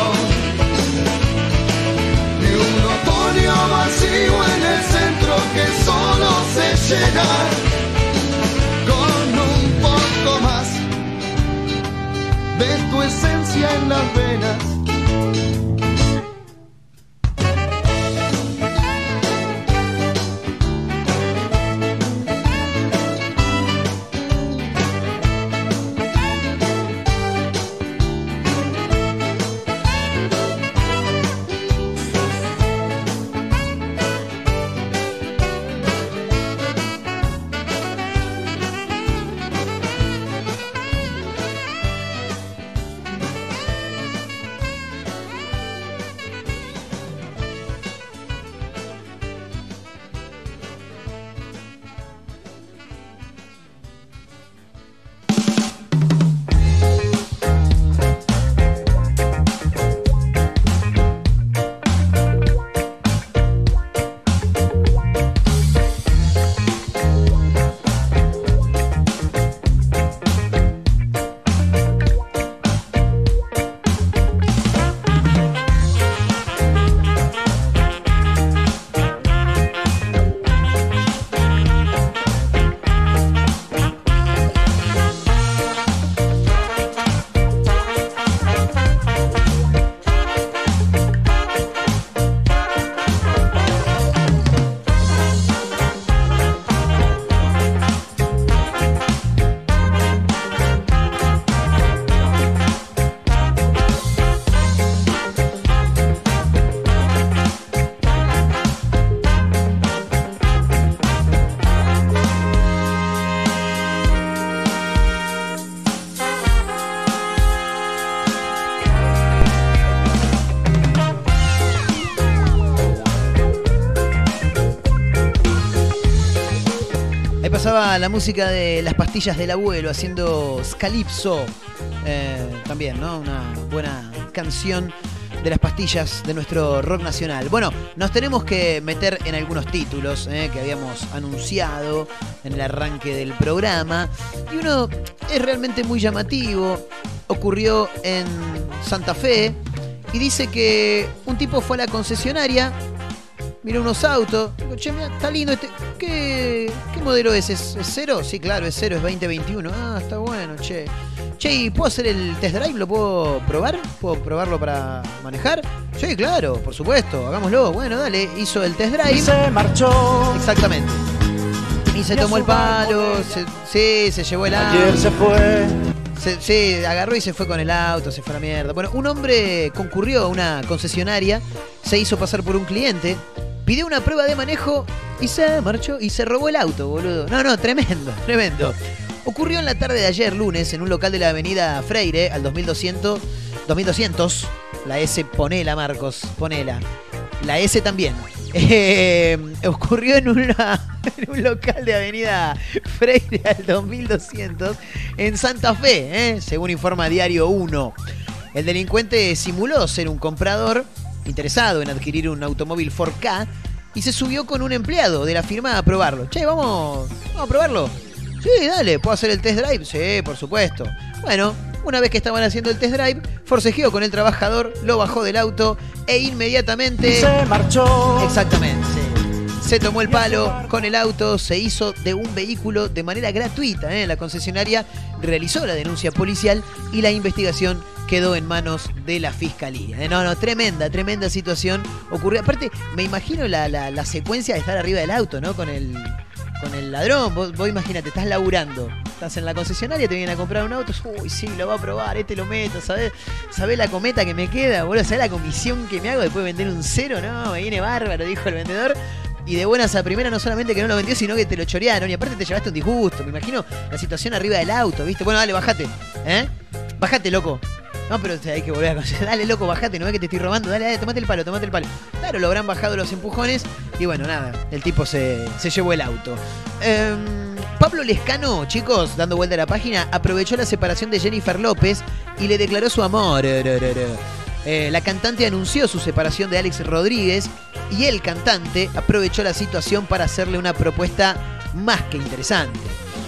Y un otoño vacío en el centro que solo se llena con un poco más de tu esencia en las venas. Pasaba la música de Las Pastillas del Abuelo haciendo Scalipso, también, ¿no? Una buena canción de Las Pastillas de nuestro rock nacional. Bueno, nos tenemos que meter en algunos títulos que habíamos anunciado en el arranque del programa, y uno es realmente muy llamativo. Ocurrió en Santa Fe y dice que un tipo fue a la concesionaria, miró unos autos, digo, che, mira, está lindo este. ¿Qué modelo es? ¿Es cero? Sí, claro, es cero, es 2021. Ah, está bueno, che. Che, ¿y puedo hacer el test drive? ¿Lo puedo probar? ¿Puedo probarlo para manejar? Sí, claro, por supuesto, hagámoslo. Bueno, dale, hizo el test drive. Se marchó. Exactamente. Ni se tomó el palo, se llevó el auto. Ayer se fue. Sí, agarró y se fue con el auto, se fue a la mierda. Bueno, un hombre concurrió a una concesionaria, se hizo pasar por un cliente, pidió una prueba de manejo y se marchó y se robó el auto, boludo. No, tremendo. Ocurrió en la tarde de ayer, lunes, en un local de la avenida Freire, al 2200. La S, ponela, Marcos, ponela. La S también. Ocurrió en un local de avenida Freire al 2200 en Santa Fe, según informa Diario 1. El delincuente simuló ser un comprador interesado en adquirir un automóvil 4K y se subió con un empleado de la firma a probarlo. Che, ¿vamos a probarlo? Sí, dale, ¿puedo hacer el test drive? Sí, por supuesto. Bueno, una vez que estaban haciendo el test drive, forcejeó con el trabajador, lo bajó del auto e inmediatamente... Se marchó. Exactamente, sí. Se tomó el palo con el auto, se hizo de un vehículo de manera gratuita. La concesionaria realizó la denuncia policial y la investigación quedó en manos de la fiscalía. Tremenda situación ocurrió. Aparte, me imagino la secuencia de estar arriba del auto, ¿no? Con el ladrón. Vos imagínate, estás laburando. Estás en la concesionaria, te vienen a comprar un auto. Uy, sí, lo va a probar, lo meto. ¿Sabés la cometa que me queda, boludo? ¿Sabés la comisión que me hago después de vender un cero? No, me viene bárbaro, dijo el vendedor. Y de buenas a primera no solamente que no lo vendió, sino que te lo chorearon. Y aparte te llevaste un disgusto. Me imagino la situación arriba del auto, ¿viste? Bueno, dale, bajate. Bajate, loco. No, pero hay que volver a conseguir. Dale, loco, bajate, no ves que te estoy robando. Dale, tomate el palo. Claro, lo habrán bajado los empujones. Y bueno, nada, el tipo se llevó el auto. Pablo Lescano, chicos, dando vuelta a la página, aprovechó la separación de Jennifer López y le declaró su amor. La cantante anunció su separación de Alex Rodríguez y el cantante aprovechó la situación para hacerle una propuesta más que interesante.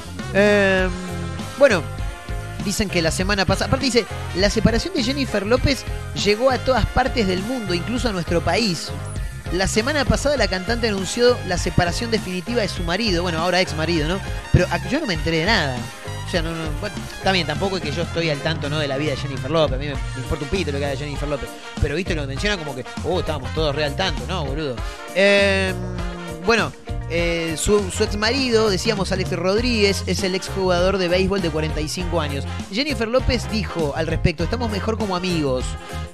Bueno, dicen que la semana pasada... Aparte dice, la separación de Jennifer López llegó a todas partes del mundo, incluso a nuestro país. La semana pasada la cantante anunció la separación definitiva de su marido, bueno, ahora ex marido, ¿no? Pero yo no me enteré de nada. O sea, bueno, también tampoco es que yo estoy al tanto, ¿no?, de la vida de Jennifer López. A mí me importa un pito lo que haga Jennifer López. Pero, viste, lo menciona como que, estábamos todos re al tanto, ¿no, boludo? Bueno, su ex marido, decíamos, Alex Rodríguez, es el ex jugador de béisbol de 45 años. Jennifer López dijo al respecto, estamos mejor como amigos.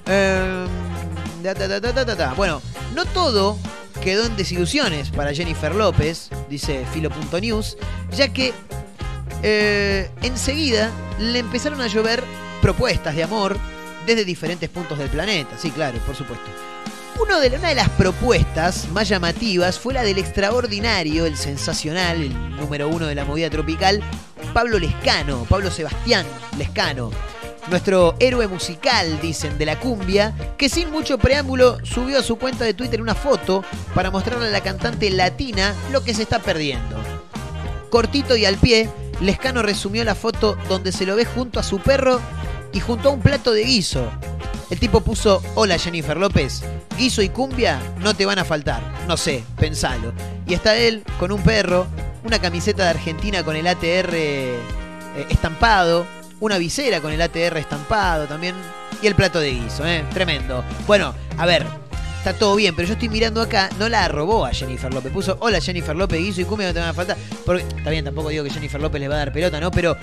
Bueno, no todo quedó en desilusiones para Jennifer López, dice Filo.news, ya que enseguida le empezaron a llover propuestas de amor desde diferentes puntos del planeta. Sí, claro, por supuesto. Una de las propuestas más llamativas fue la del extraordinario, el sensacional, el número 1 de la movida tropical, Pablo Sebastián Lescano. Nuestro héroe musical, dicen, de la cumbia, que sin mucho preámbulo subió a su cuenta de Twitter una foto para mostrarle a la cantante latina lo que se está perdiendo. Cortito y al pie, Lescano resumió la foto donde se lo ve junto a su perro y junto a un plato de guiso. El tipo puso, hola Jennifer López, guiso y cumbia no te van a faltar, no sé, pensalo. Y está él con un perro, una camiseta de Argentina con el ATR estampado, una visera con el ATR estampado también, y el plato de guiso, tremendo. Bueno, a ver, está todo bien, pero yo estoy mirando acá, no la robó a Jennifer López, puso, hola Jennifer López, guiso y cumbia no te van a faltar, porque está bien, tampoco digo que Jennifer López le va a dar pelota, ¿no? Pero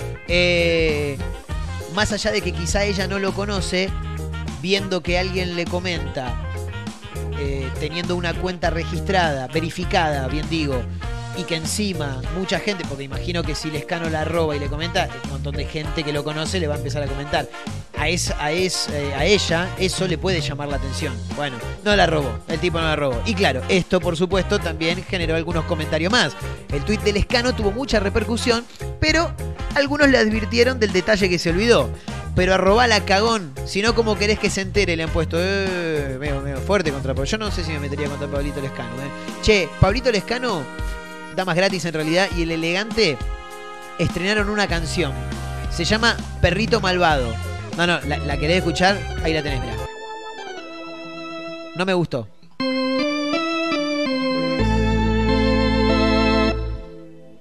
más allá de que quizá ella no lo conoce, viendo que alguien le comenta, teniendo una cuenta registrada, verificada, bien digo, y que encima mucha gente, porque imagino que si Lescano la roba y le comenta, un montón de gente que lo conoce le va a empezar a comentar. A ella eso le puede llamar la atención. Bueno, no la robó, el tipo no la robó. Y claro, esto por supuesto también generó algunos comentarios más. El tuit de Lescano tuvo mucha repercusión, pero algunos le advirtieron del detalle que se olvidó. Pero arrobala cagón, si no, como querés que se entere, le han puesto medio fuerte contra Pablo. Yo no sé si me metería contra Pablito Lescano. Che, Pablito Lescano, damas gratis en realidad, y El Elegante estrenaron una canción. Se llama Perrito Malvado. No, ¿la querés escuchar? Ahí la tenés, mirá. No me gustó.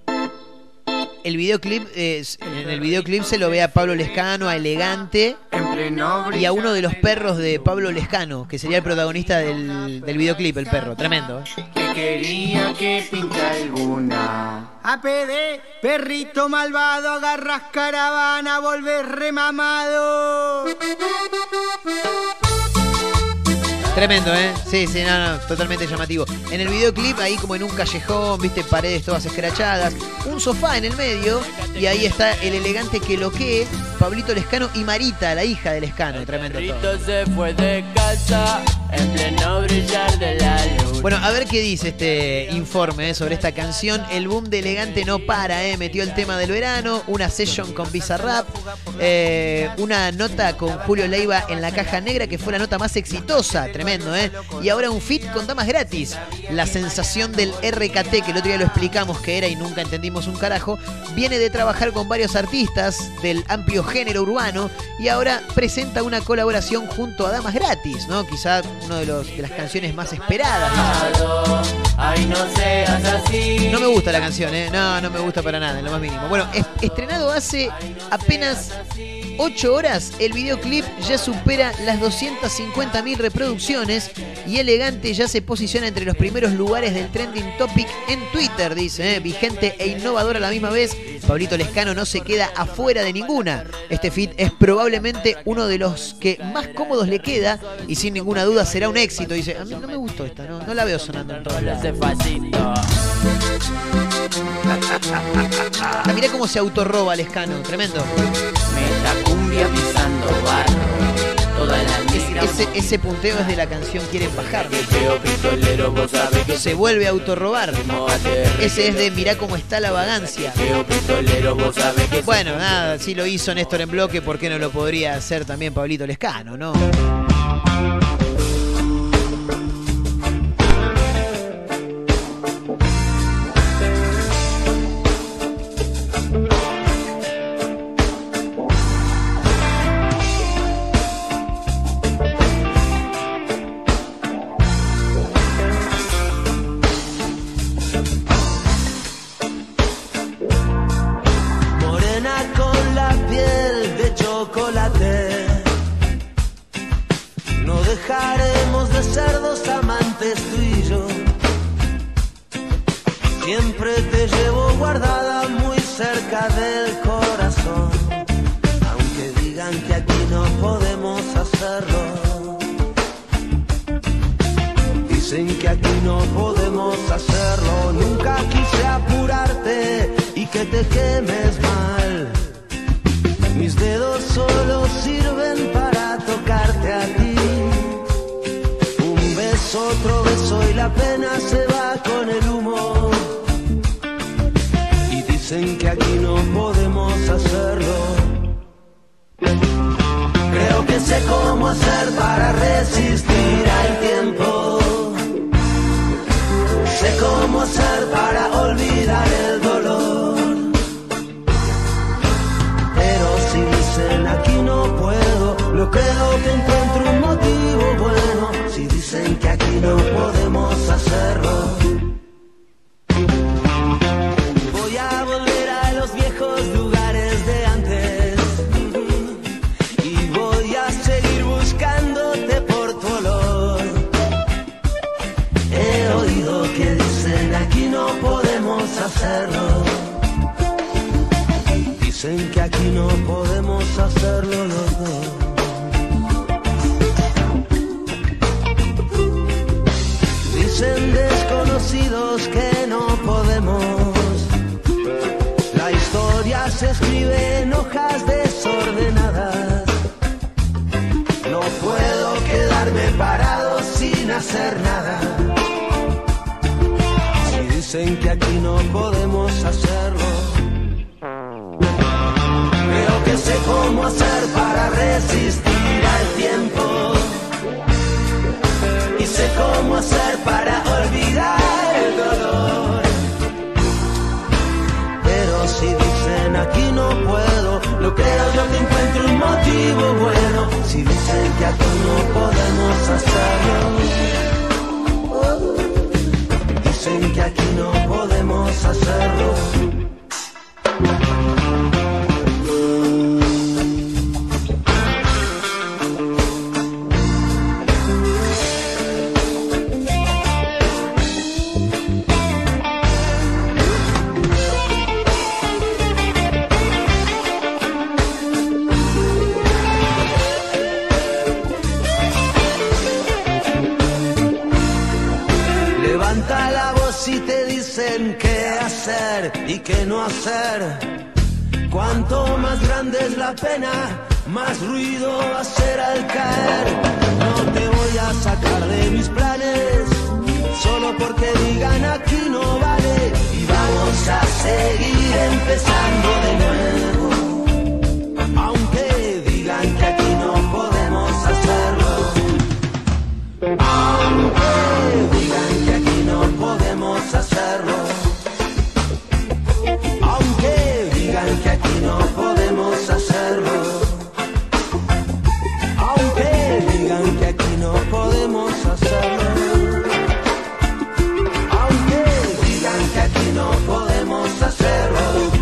En el videoclip se lo ve a Pablo Lescano, a Elegante y a uno de los perros de Pablo Lescano, que sería el protagonista del videoclip, el perro. Tremendo, ¿eh? Que quería que pinta alguna. APD, perrito malvado, agarras caravana, volvés remamado. Tremendo, ¿eh? Sí, no, totalmente llamativo. En el videoclip, ahí como en un callejón, viste, paredes todas escrachadas, un sofá en el medio, y ahí está el elegante que loquee, Pablito Lescano y Marita, la hija de Lescano. Tremendo todo. Se fue de casa en pleno brillar de la luz. Bueno, a ver qué dice este informe sobre esta canción. El boom de Elegante no para, metió el tema del verano, una session con Bizarrap, una nota con Julio Leiva en la caja negra, que fue la nota más exitosa. Tremendo, y ahora un feat con Damas Gratis. La sensación del RKT, que el otro día lo explicamos que era y nunca entendimos un carajo, viene de trabajar con varios artistas del amplio género urbano y ahora presenta una colaboración junto a Damas Gratis, ¿no? Quizá uno de las canciones más esperadas. Ay, no seas así. No me gusta la canción, no me gusta para nada, en lo más mínimo. Bueno, estrenado hace apenas 8 horas, el videoclip ya supera las 250.000 reproducciones y Elegante ya se posiciona entre los primeros lugares del trending topic en Twitter, dice, vigente e innovador a la misma vez. Pablito Lescano no se queda afuera de ninguna. Este feat es probablemente uno de los que más cómodos le queda y sin ninguna duda será un éxito. Dice, a mí no me gustó esta, no la veo sonando en todos lados. Mirá cómo se autorroba Lescano, tremendo. Meta cumbia pisando barro, toda la ese punteo es de la canción Quieren Bajar. Se vuelve a autorrobar. Ese es de Mirá cómo está la vagancia. Bueno, nada, si lo hizo Néstor en bloque, ¿por qué no lo podría hacer también Pablito Lescano, no? Dejaremos de ser dos amantes tú y yo. Siempre te llevo guardada muy cerca del corazón. Aunque digan que aquí no podemos hacerlo. Dicen que aquí no podemos hacerlo. Nunca quise apurarte y que te quemes mal. Mis dedos solo sirven para tocarte a ti. Otro beso y la pena se va con el humo. Y dicen que aquí no podemos hacerlo. Creo que sé cómo hacer para resistir al tiempo. Sé cómo hacer para olvidar el dolor. Pero si dicen aquí no puedo, no creo que encuentre un motivo bueno. Si dicen que aquí no podemos hacerlo, voy a volver a los viejos lugares de antes y voy a seguir buscándote por tu olor. He oído que dicen aquí no podemos hacerlo. Dicen que aquí no podemos hacerlo los dos. Dicen desconocidos que no podemos. La historia se escribe en hojas desordenadas. No puedo quedarme parado sin hacer nada. Si dicen que aquí no podemos hacerlo, creo que sé cómo hacer para resistir al tiempo. Y sé cómo hacer para olvidar el dolor. Pero si dicen aquí no puedo, no creo yo que encuentre un motivo bueno. Si dicen que aquí no podemos hacerlo, dicen que aquí no podemos hacerlo. dicen qué hacer y qué no hacer. Cuanto más grande es la pena, más ruido va a hacer al caer. No te voy a sacar de mis planes, solo porque digan aquí no vale. Y vamos a seguir empezando de nuevo, aunque digan que aquí no podemos hacerlo. Aunque digan que aquí no podemos hacerlo. Aunque digan que aquí no podemos hacerlo. Aunque digan que aquí no podemos hacerlo. Aunque digan que aquí no podemos hacerlo.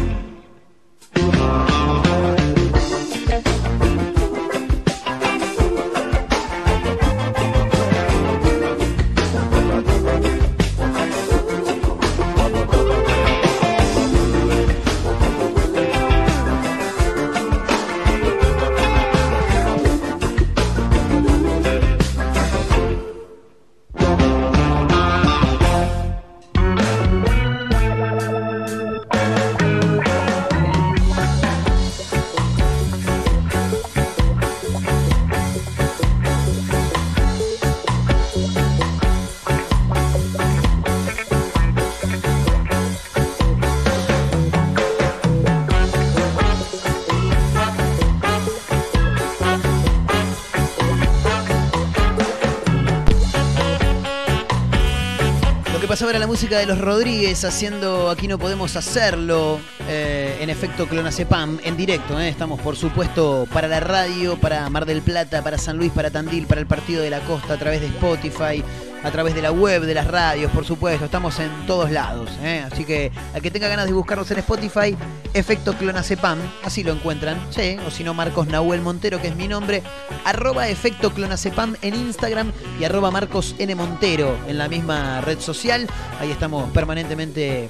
Pasaba la música de los Rodríguez haciendo Aquí no podemos hacerlo, en efecto Clonazepam en directo. Estamos por supuesto para la radio, para Mar del Plata, para San Luis, para Tandil, para el Partido de la Costa, a través de Spotify, a través de la web, de las radios, por supuesto. Estamos en todos lados, así que al que tenga ganas de buscarnos en Spotify, efecto Clonazepam, así lo encuentran, sí, o si no Marcos Nahuel Montero, que es mi nombre, @efecto Clonazepam en Instagram y @Marcos N Montero en la misma red social. Ahí estamos permanentemente,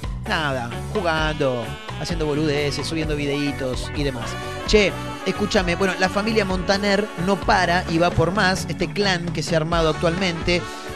jugando, haciendo boludeces, subiendo videitos y demás. Che, escúchame, bueno, la familia Montaner no para y va por más, este clan que se ha armado actualmente.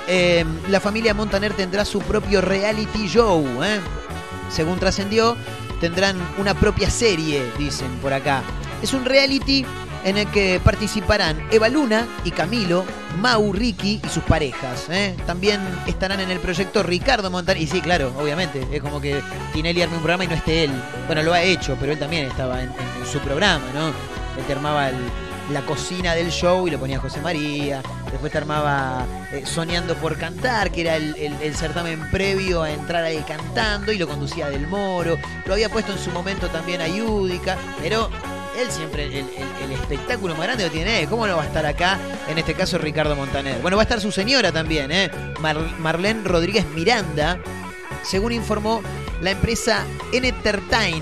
La familia Montaner tendrá su propio reality show, según trascendió, tendrán una propia serie, dicen por acá. Es un reality en el que participarán Eva Luna y Camilo, Mau, Ricky y sus parejas. También estarán en el proyecto Ricardo Montaner. Y sí, claro, obviamente, es como que Tinelli arme un programa y no esté él. Bueno, lo ha hecho, pero él también estaba en su programa, ¿no? Él te armaba la cocina del show y lo ponía José María. Después te armaba Soñando por Cantar, que era el certamen previo a entrar ahí cantando, y lo conducía Del Moro. Lo había puesto en su momento también a Yudica, pero él siempre, el espectáculo más grande lo tiene. ¿Cómo no va a estar acá? En este caso Ricardo Montaner. Bueno, va a estar su señora también, Marlene Rodríguez Miranda, según informó la empresa Entertain,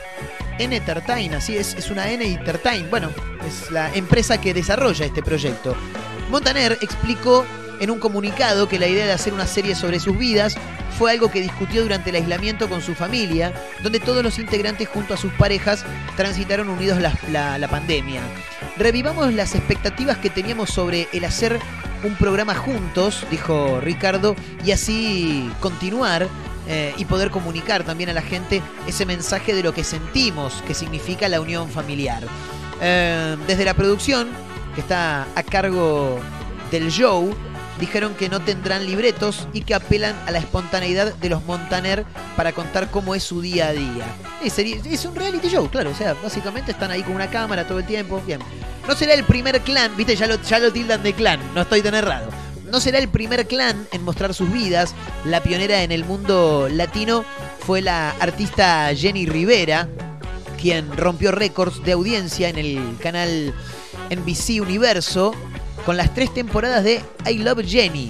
así es una N y Entertain. Bueno, es la empresa que desarrolla este proyecto. Montaner explicó en un comunicado que la idea de hacer una serie sobre sus vidas fue algo que discutió durante el aislamiento con su familia, donde todos los integrantes junto a sus parejas transitaron unidos la pandemia. Revivamos las expectativas que teníamos sobre el hacer un programa juntos, dijo Ricardo, y así continuar y poder comunicar también a la gente ese mensaje de lo que sentimos, que significa la unión familiar. Desde la producción, que está a cargo del show, dijeron que no tendrán libretos y que apelan a la espontaneidad de los Montaner para contar cómo es su día a día. Es un reality show, claro, o sea, básicamente están ahí con una cámara todo el tiempo. Bien. No será el primer clan, viste, ya lo tildan de clan, no estoy tan errado. No será el primer clan en mostrar sus vidas. La pionera en el mundo latino fue la artista Jenny Rivera, quien rompió récords de audiencia en el canal NBC Universo con las 3 temporadas de I Love Jenny,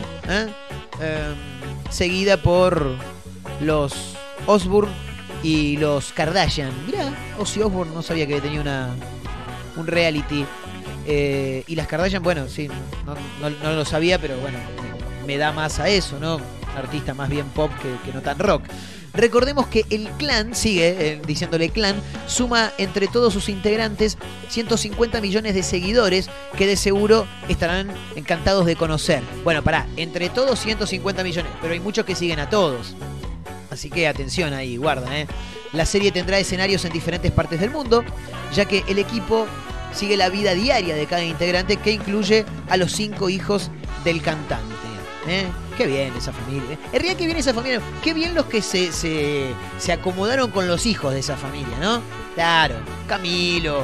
seguida por los Osbourne y los Kardashian. Mirá, Ozzy Osbourne no sabía que tenía un reality. Y las Kardashian, bueno, sí, no lo sabía, pero bueno, me da más a eso, ¿no? Artista más bien pop que no tan rock. Recordemos que el clan, sigue diciéndole clan, suma entre todos sus integrantes 150 millones de seguidores que de seguro estarán encantados de conocer. Bueno, pará, entre todos 150 millones, pero hay muchos que siguen a todos. Así que atención ahí, guarda, ¿eh? La serie tendrá escenarios en diferentes partes del mundo, ya que el equipo sigue la vida diaria de cada integrante, que incluye a los 5 hijos del cantante. Qué bien esa familia. En realidad, qué bien esa familia. Qué bien los que se acomodaron con los hijos de esa familia, ¿no? Claro, Camilo,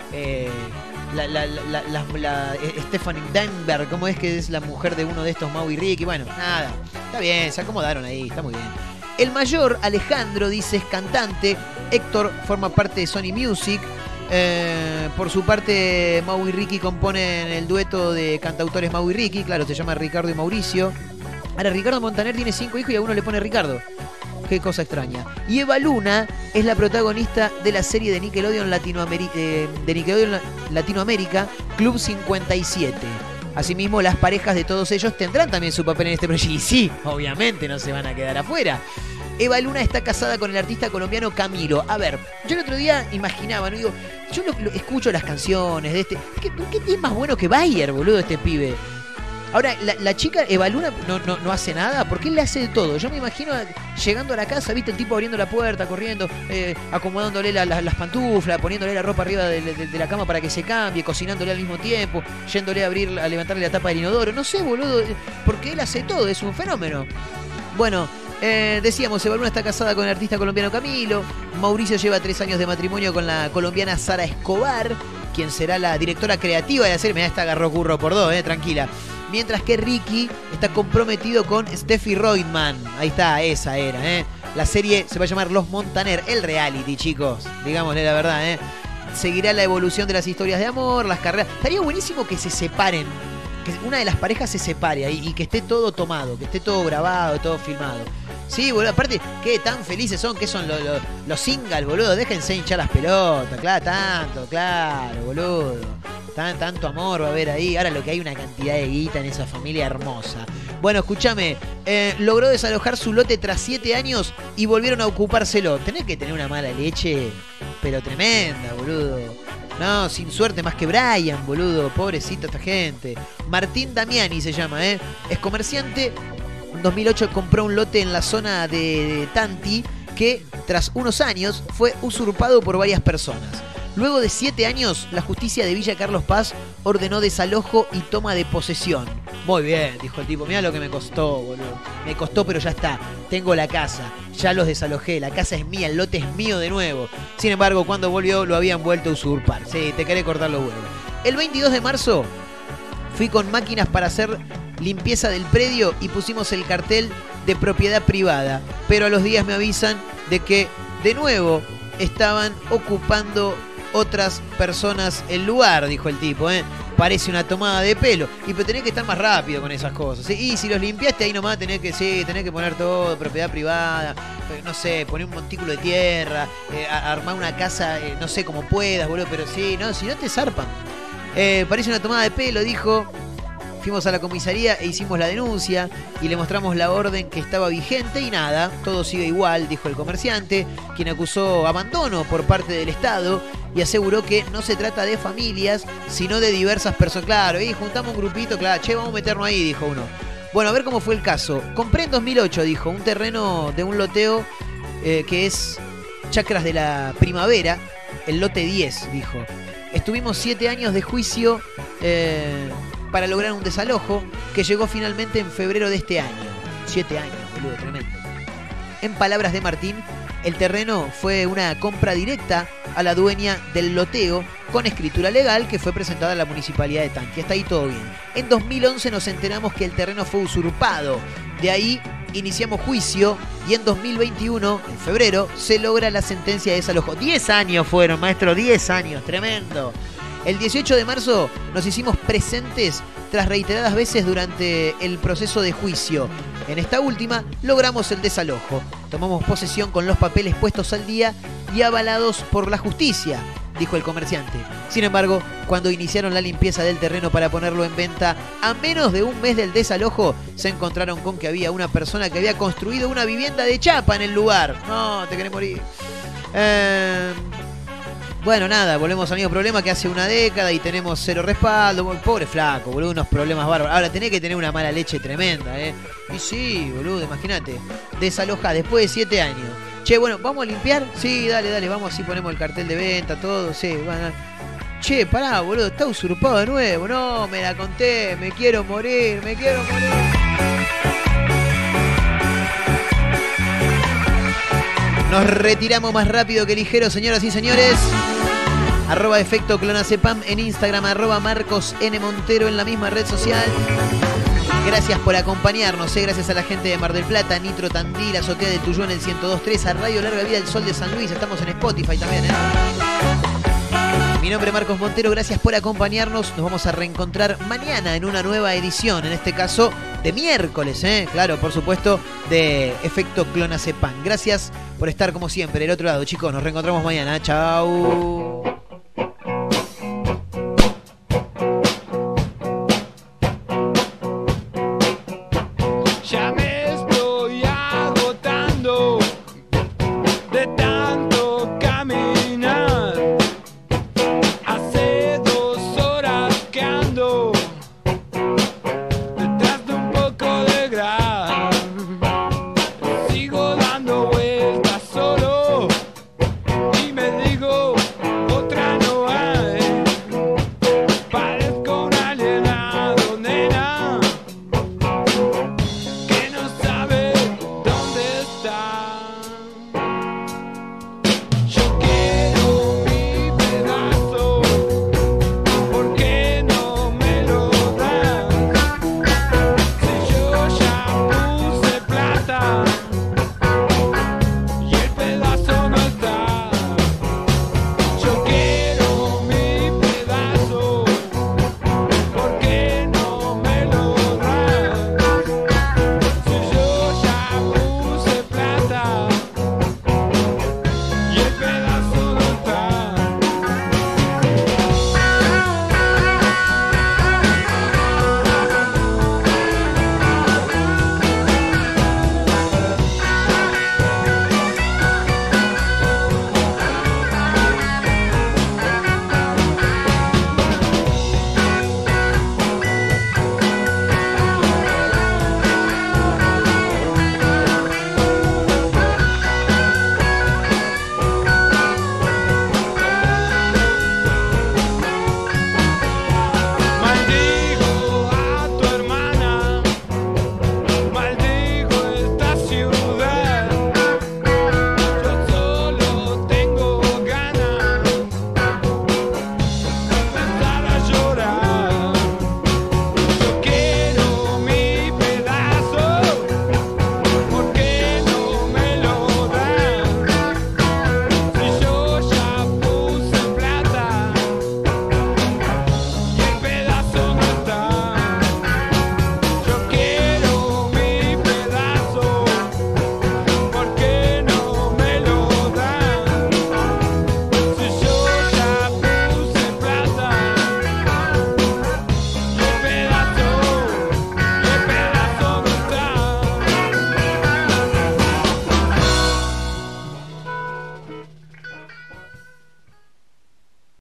la Stephanie Denver, ¿cómo es que es la mujer de uno de estos, Mau y Ricky? Bueno, nada, está bien, se acomodaron ahí, está muy bien. El mayor, Alejandro, dice, es cantante. Héctor forma parte de Sony Music. Por su parte, Mau y Ricky componen el dueto de cantautores Mau y Ricky. Claro, se llama Ricardo y Mauricio. Ahora, Ricardo Montaner tiene 5 hijos y a uno le pone Ricardo. Qué cosa extraña. Y Eva Luna es la protagonista de la serie de Nickelodeon Latinoamérica, Club 57. Asimismo, las parejas de todos ellos tendrán también su papel en este proyecto. Y sí, obviamente no se van a quedar afuera. Eva Luna está casada con el artista colombiano Camilo. A ver, yo el otro día imaginaba, ¿no? Digo, yo lo escucho las canciones de este. ¿Qué es más bueno que Bayer, boludo, este pibe? Ahora, la chica Eva Luna no hace nada, porque él le hace de todo. Yo me imagino llegando a la casa, viste, el tipo abriendo la puerta, corriendo, acomodándole las pantuflas, poniéndole la ropa arriba de la cama para que se cambie, cocinándole al mismo tiempo, yéndole a levantarle la tapa del inodoro. No sé, boludo, porque él hace todo, es un fenómeno. Bueno, decíamos, Eva Luna está casada con el artista colombiano Camilo. Mauricio lleva 3 años de matrimonio con la colombiana Sara Escobar, quien será la directora creativa de la serie. Mirá, esta agarró curro por 2, tranquila. Mientras que Ricky está comprometido con Steffi Reutemann. Ahí está, esa era, La serie se va a llamar Los Montaner, el reality, chicos. Digámosle la verdad, Seguirá la evolución de las historias de amor, las carreras. Estaría buenísimo que se separen, que una de las parejas se separe y que esté todo tomado, que esté todo grabado, todo filmado. Sí, boludo, aparte, qué tan felices son, que son los singles, boludo. Déjense hinchar las pelotas, claro, boludo. Tanto amor va a haber ahí. Ahora lo que hay, una cantidad de guita en esa familia hermosa. Bueno, escúchame, logró desalojar su lote tras 7 años y volvieron a ocupárselo. Tenés que tener una mala leche, pero tremenda, boludo. No, sin suerte más que Brian, boludo. Pobrecita esta gente. Martín Damiani se llama, Es comerciante. En 2008 compró un lote en la zona de Tanti que, tras unos años, fue usurpado por varias personas. Luego de 7 años, la justicia de Villa Carlos Paz ordenó desalojo y toma de posesión. Muy bien, dijo el tipo, mirá lo que me costó, boludo. Me costó, pero ya está. Tengo la casa, ya los desalojé, la casa es mía, el lote es mío de nuevo. Sin embargo, cuando volvió, lo habían vuelto a usurpar. Sí, te querés cortar los huevos. El 22 de marzo fui con máquinas para hacer limpieza del predio y pusimos el cartel de propiedad privada. Pero a los días me avisan de que, de nuevo, estaban ocupando otras personas el lugar, dijo el tipo, Parece una tomada de pelo. Y pero tenés que estar más rápido con esas cosas. Y si los limpiaste ahí nomás tenés que poner todo, propiedad privada, no sé, poner un montículo de tierra, armar una casa, no sé, como puedas, boludo, pero sí, no, si no te zarpan. Parece una tomada de pelo, dijo. Fuimos a la comisaría e hicimos la denuncia y le mostramos la orden que estaba vigente y nada, todo sigue igual, dijo el comerciante, quien acusó abandono por parte del Estado y aseguró que no se trata de familias, sino de diversas personas. Claro, y juntamos un grupito, claro, che, vamos a meternos ahí, dijo uno. Bueno, a ver cómo fue el caso. Compré en 2008, dijo, un terreno de un loteo que es Chacras de la Primavera, el lote 10, dijo. Estuvimos 7 años de juicio para lograr un desalojo que llegó finalmente en febrero de este año. 7 años, boludo, tremendo. En palabras de Martín, el terreno fue una compra directa a la dueña del loteo con escritura legal que fue presentada a la Municipalidad de Tanqui. Hasta ahí todo bien. En 2011 nos enteramos que el terreno fue usurpado. De ahí iniciamos juicio y en 2021, en febrero, se logra la sentencia de desalojo. 10 años fueron, maestro, 10 años, tremendo. El 18 de marzo nos hicimos presentes tras reiteradas veces durante el proceso de juicio. En esta última logramos el desalojo. Tomamos posesión con los papeles puestos al día y avalados por la justicia, dijo el comerciante. Sin embargo, cuando iniciaron la limpieza del terreno para ponerlo en venta, a menos de un mes del desalojo, se encontraron con que había una persona que había construido una vivienda de chapa en el lugar. No, te querés morir. Bueno, nada, volvemos al mismo problema que hace una década y tenemos cero respaldo. Pobre flaco, boludo, unos problemas bárbaros. Ahora tenés que tener una mala leche tremenda, ¿eh? Y sí, boludo, imagínate. Desalojá después de 7 años. Che, bueno, ¿vamos a limpiar? Sí, dale, vamos, así ponemos el cartel de venta, todo, sí, bueno. Che, pará, boludo, está usurpado de nuevo. No, me la conté, me quiero morir. Nos retiramos más rápido que ligero, señoras y señores. @efecto clonacepam en Instagram, @Marcos N. Montero en la misma red social. Gracias por acompañarnos, gracias a la gente de Mar del Plata, Nitro Tandil, Azotea de Tuyó en el 102.3, a Radio Larga Vida del Sol de San Luis, estamos en Spotify también, ¿eh? Mi nombre es Marcos Montero, gracias por acompañarnos. Nos vamos a reencontrar mañana en una nueva edición, en este caso de miércoles, claro, por supuesto, de Efecto Clonacepam. Gracias por estar como siempre del otro lado, chicos. Nos reencontramos mañana. Chau. Ya me estoy agotando de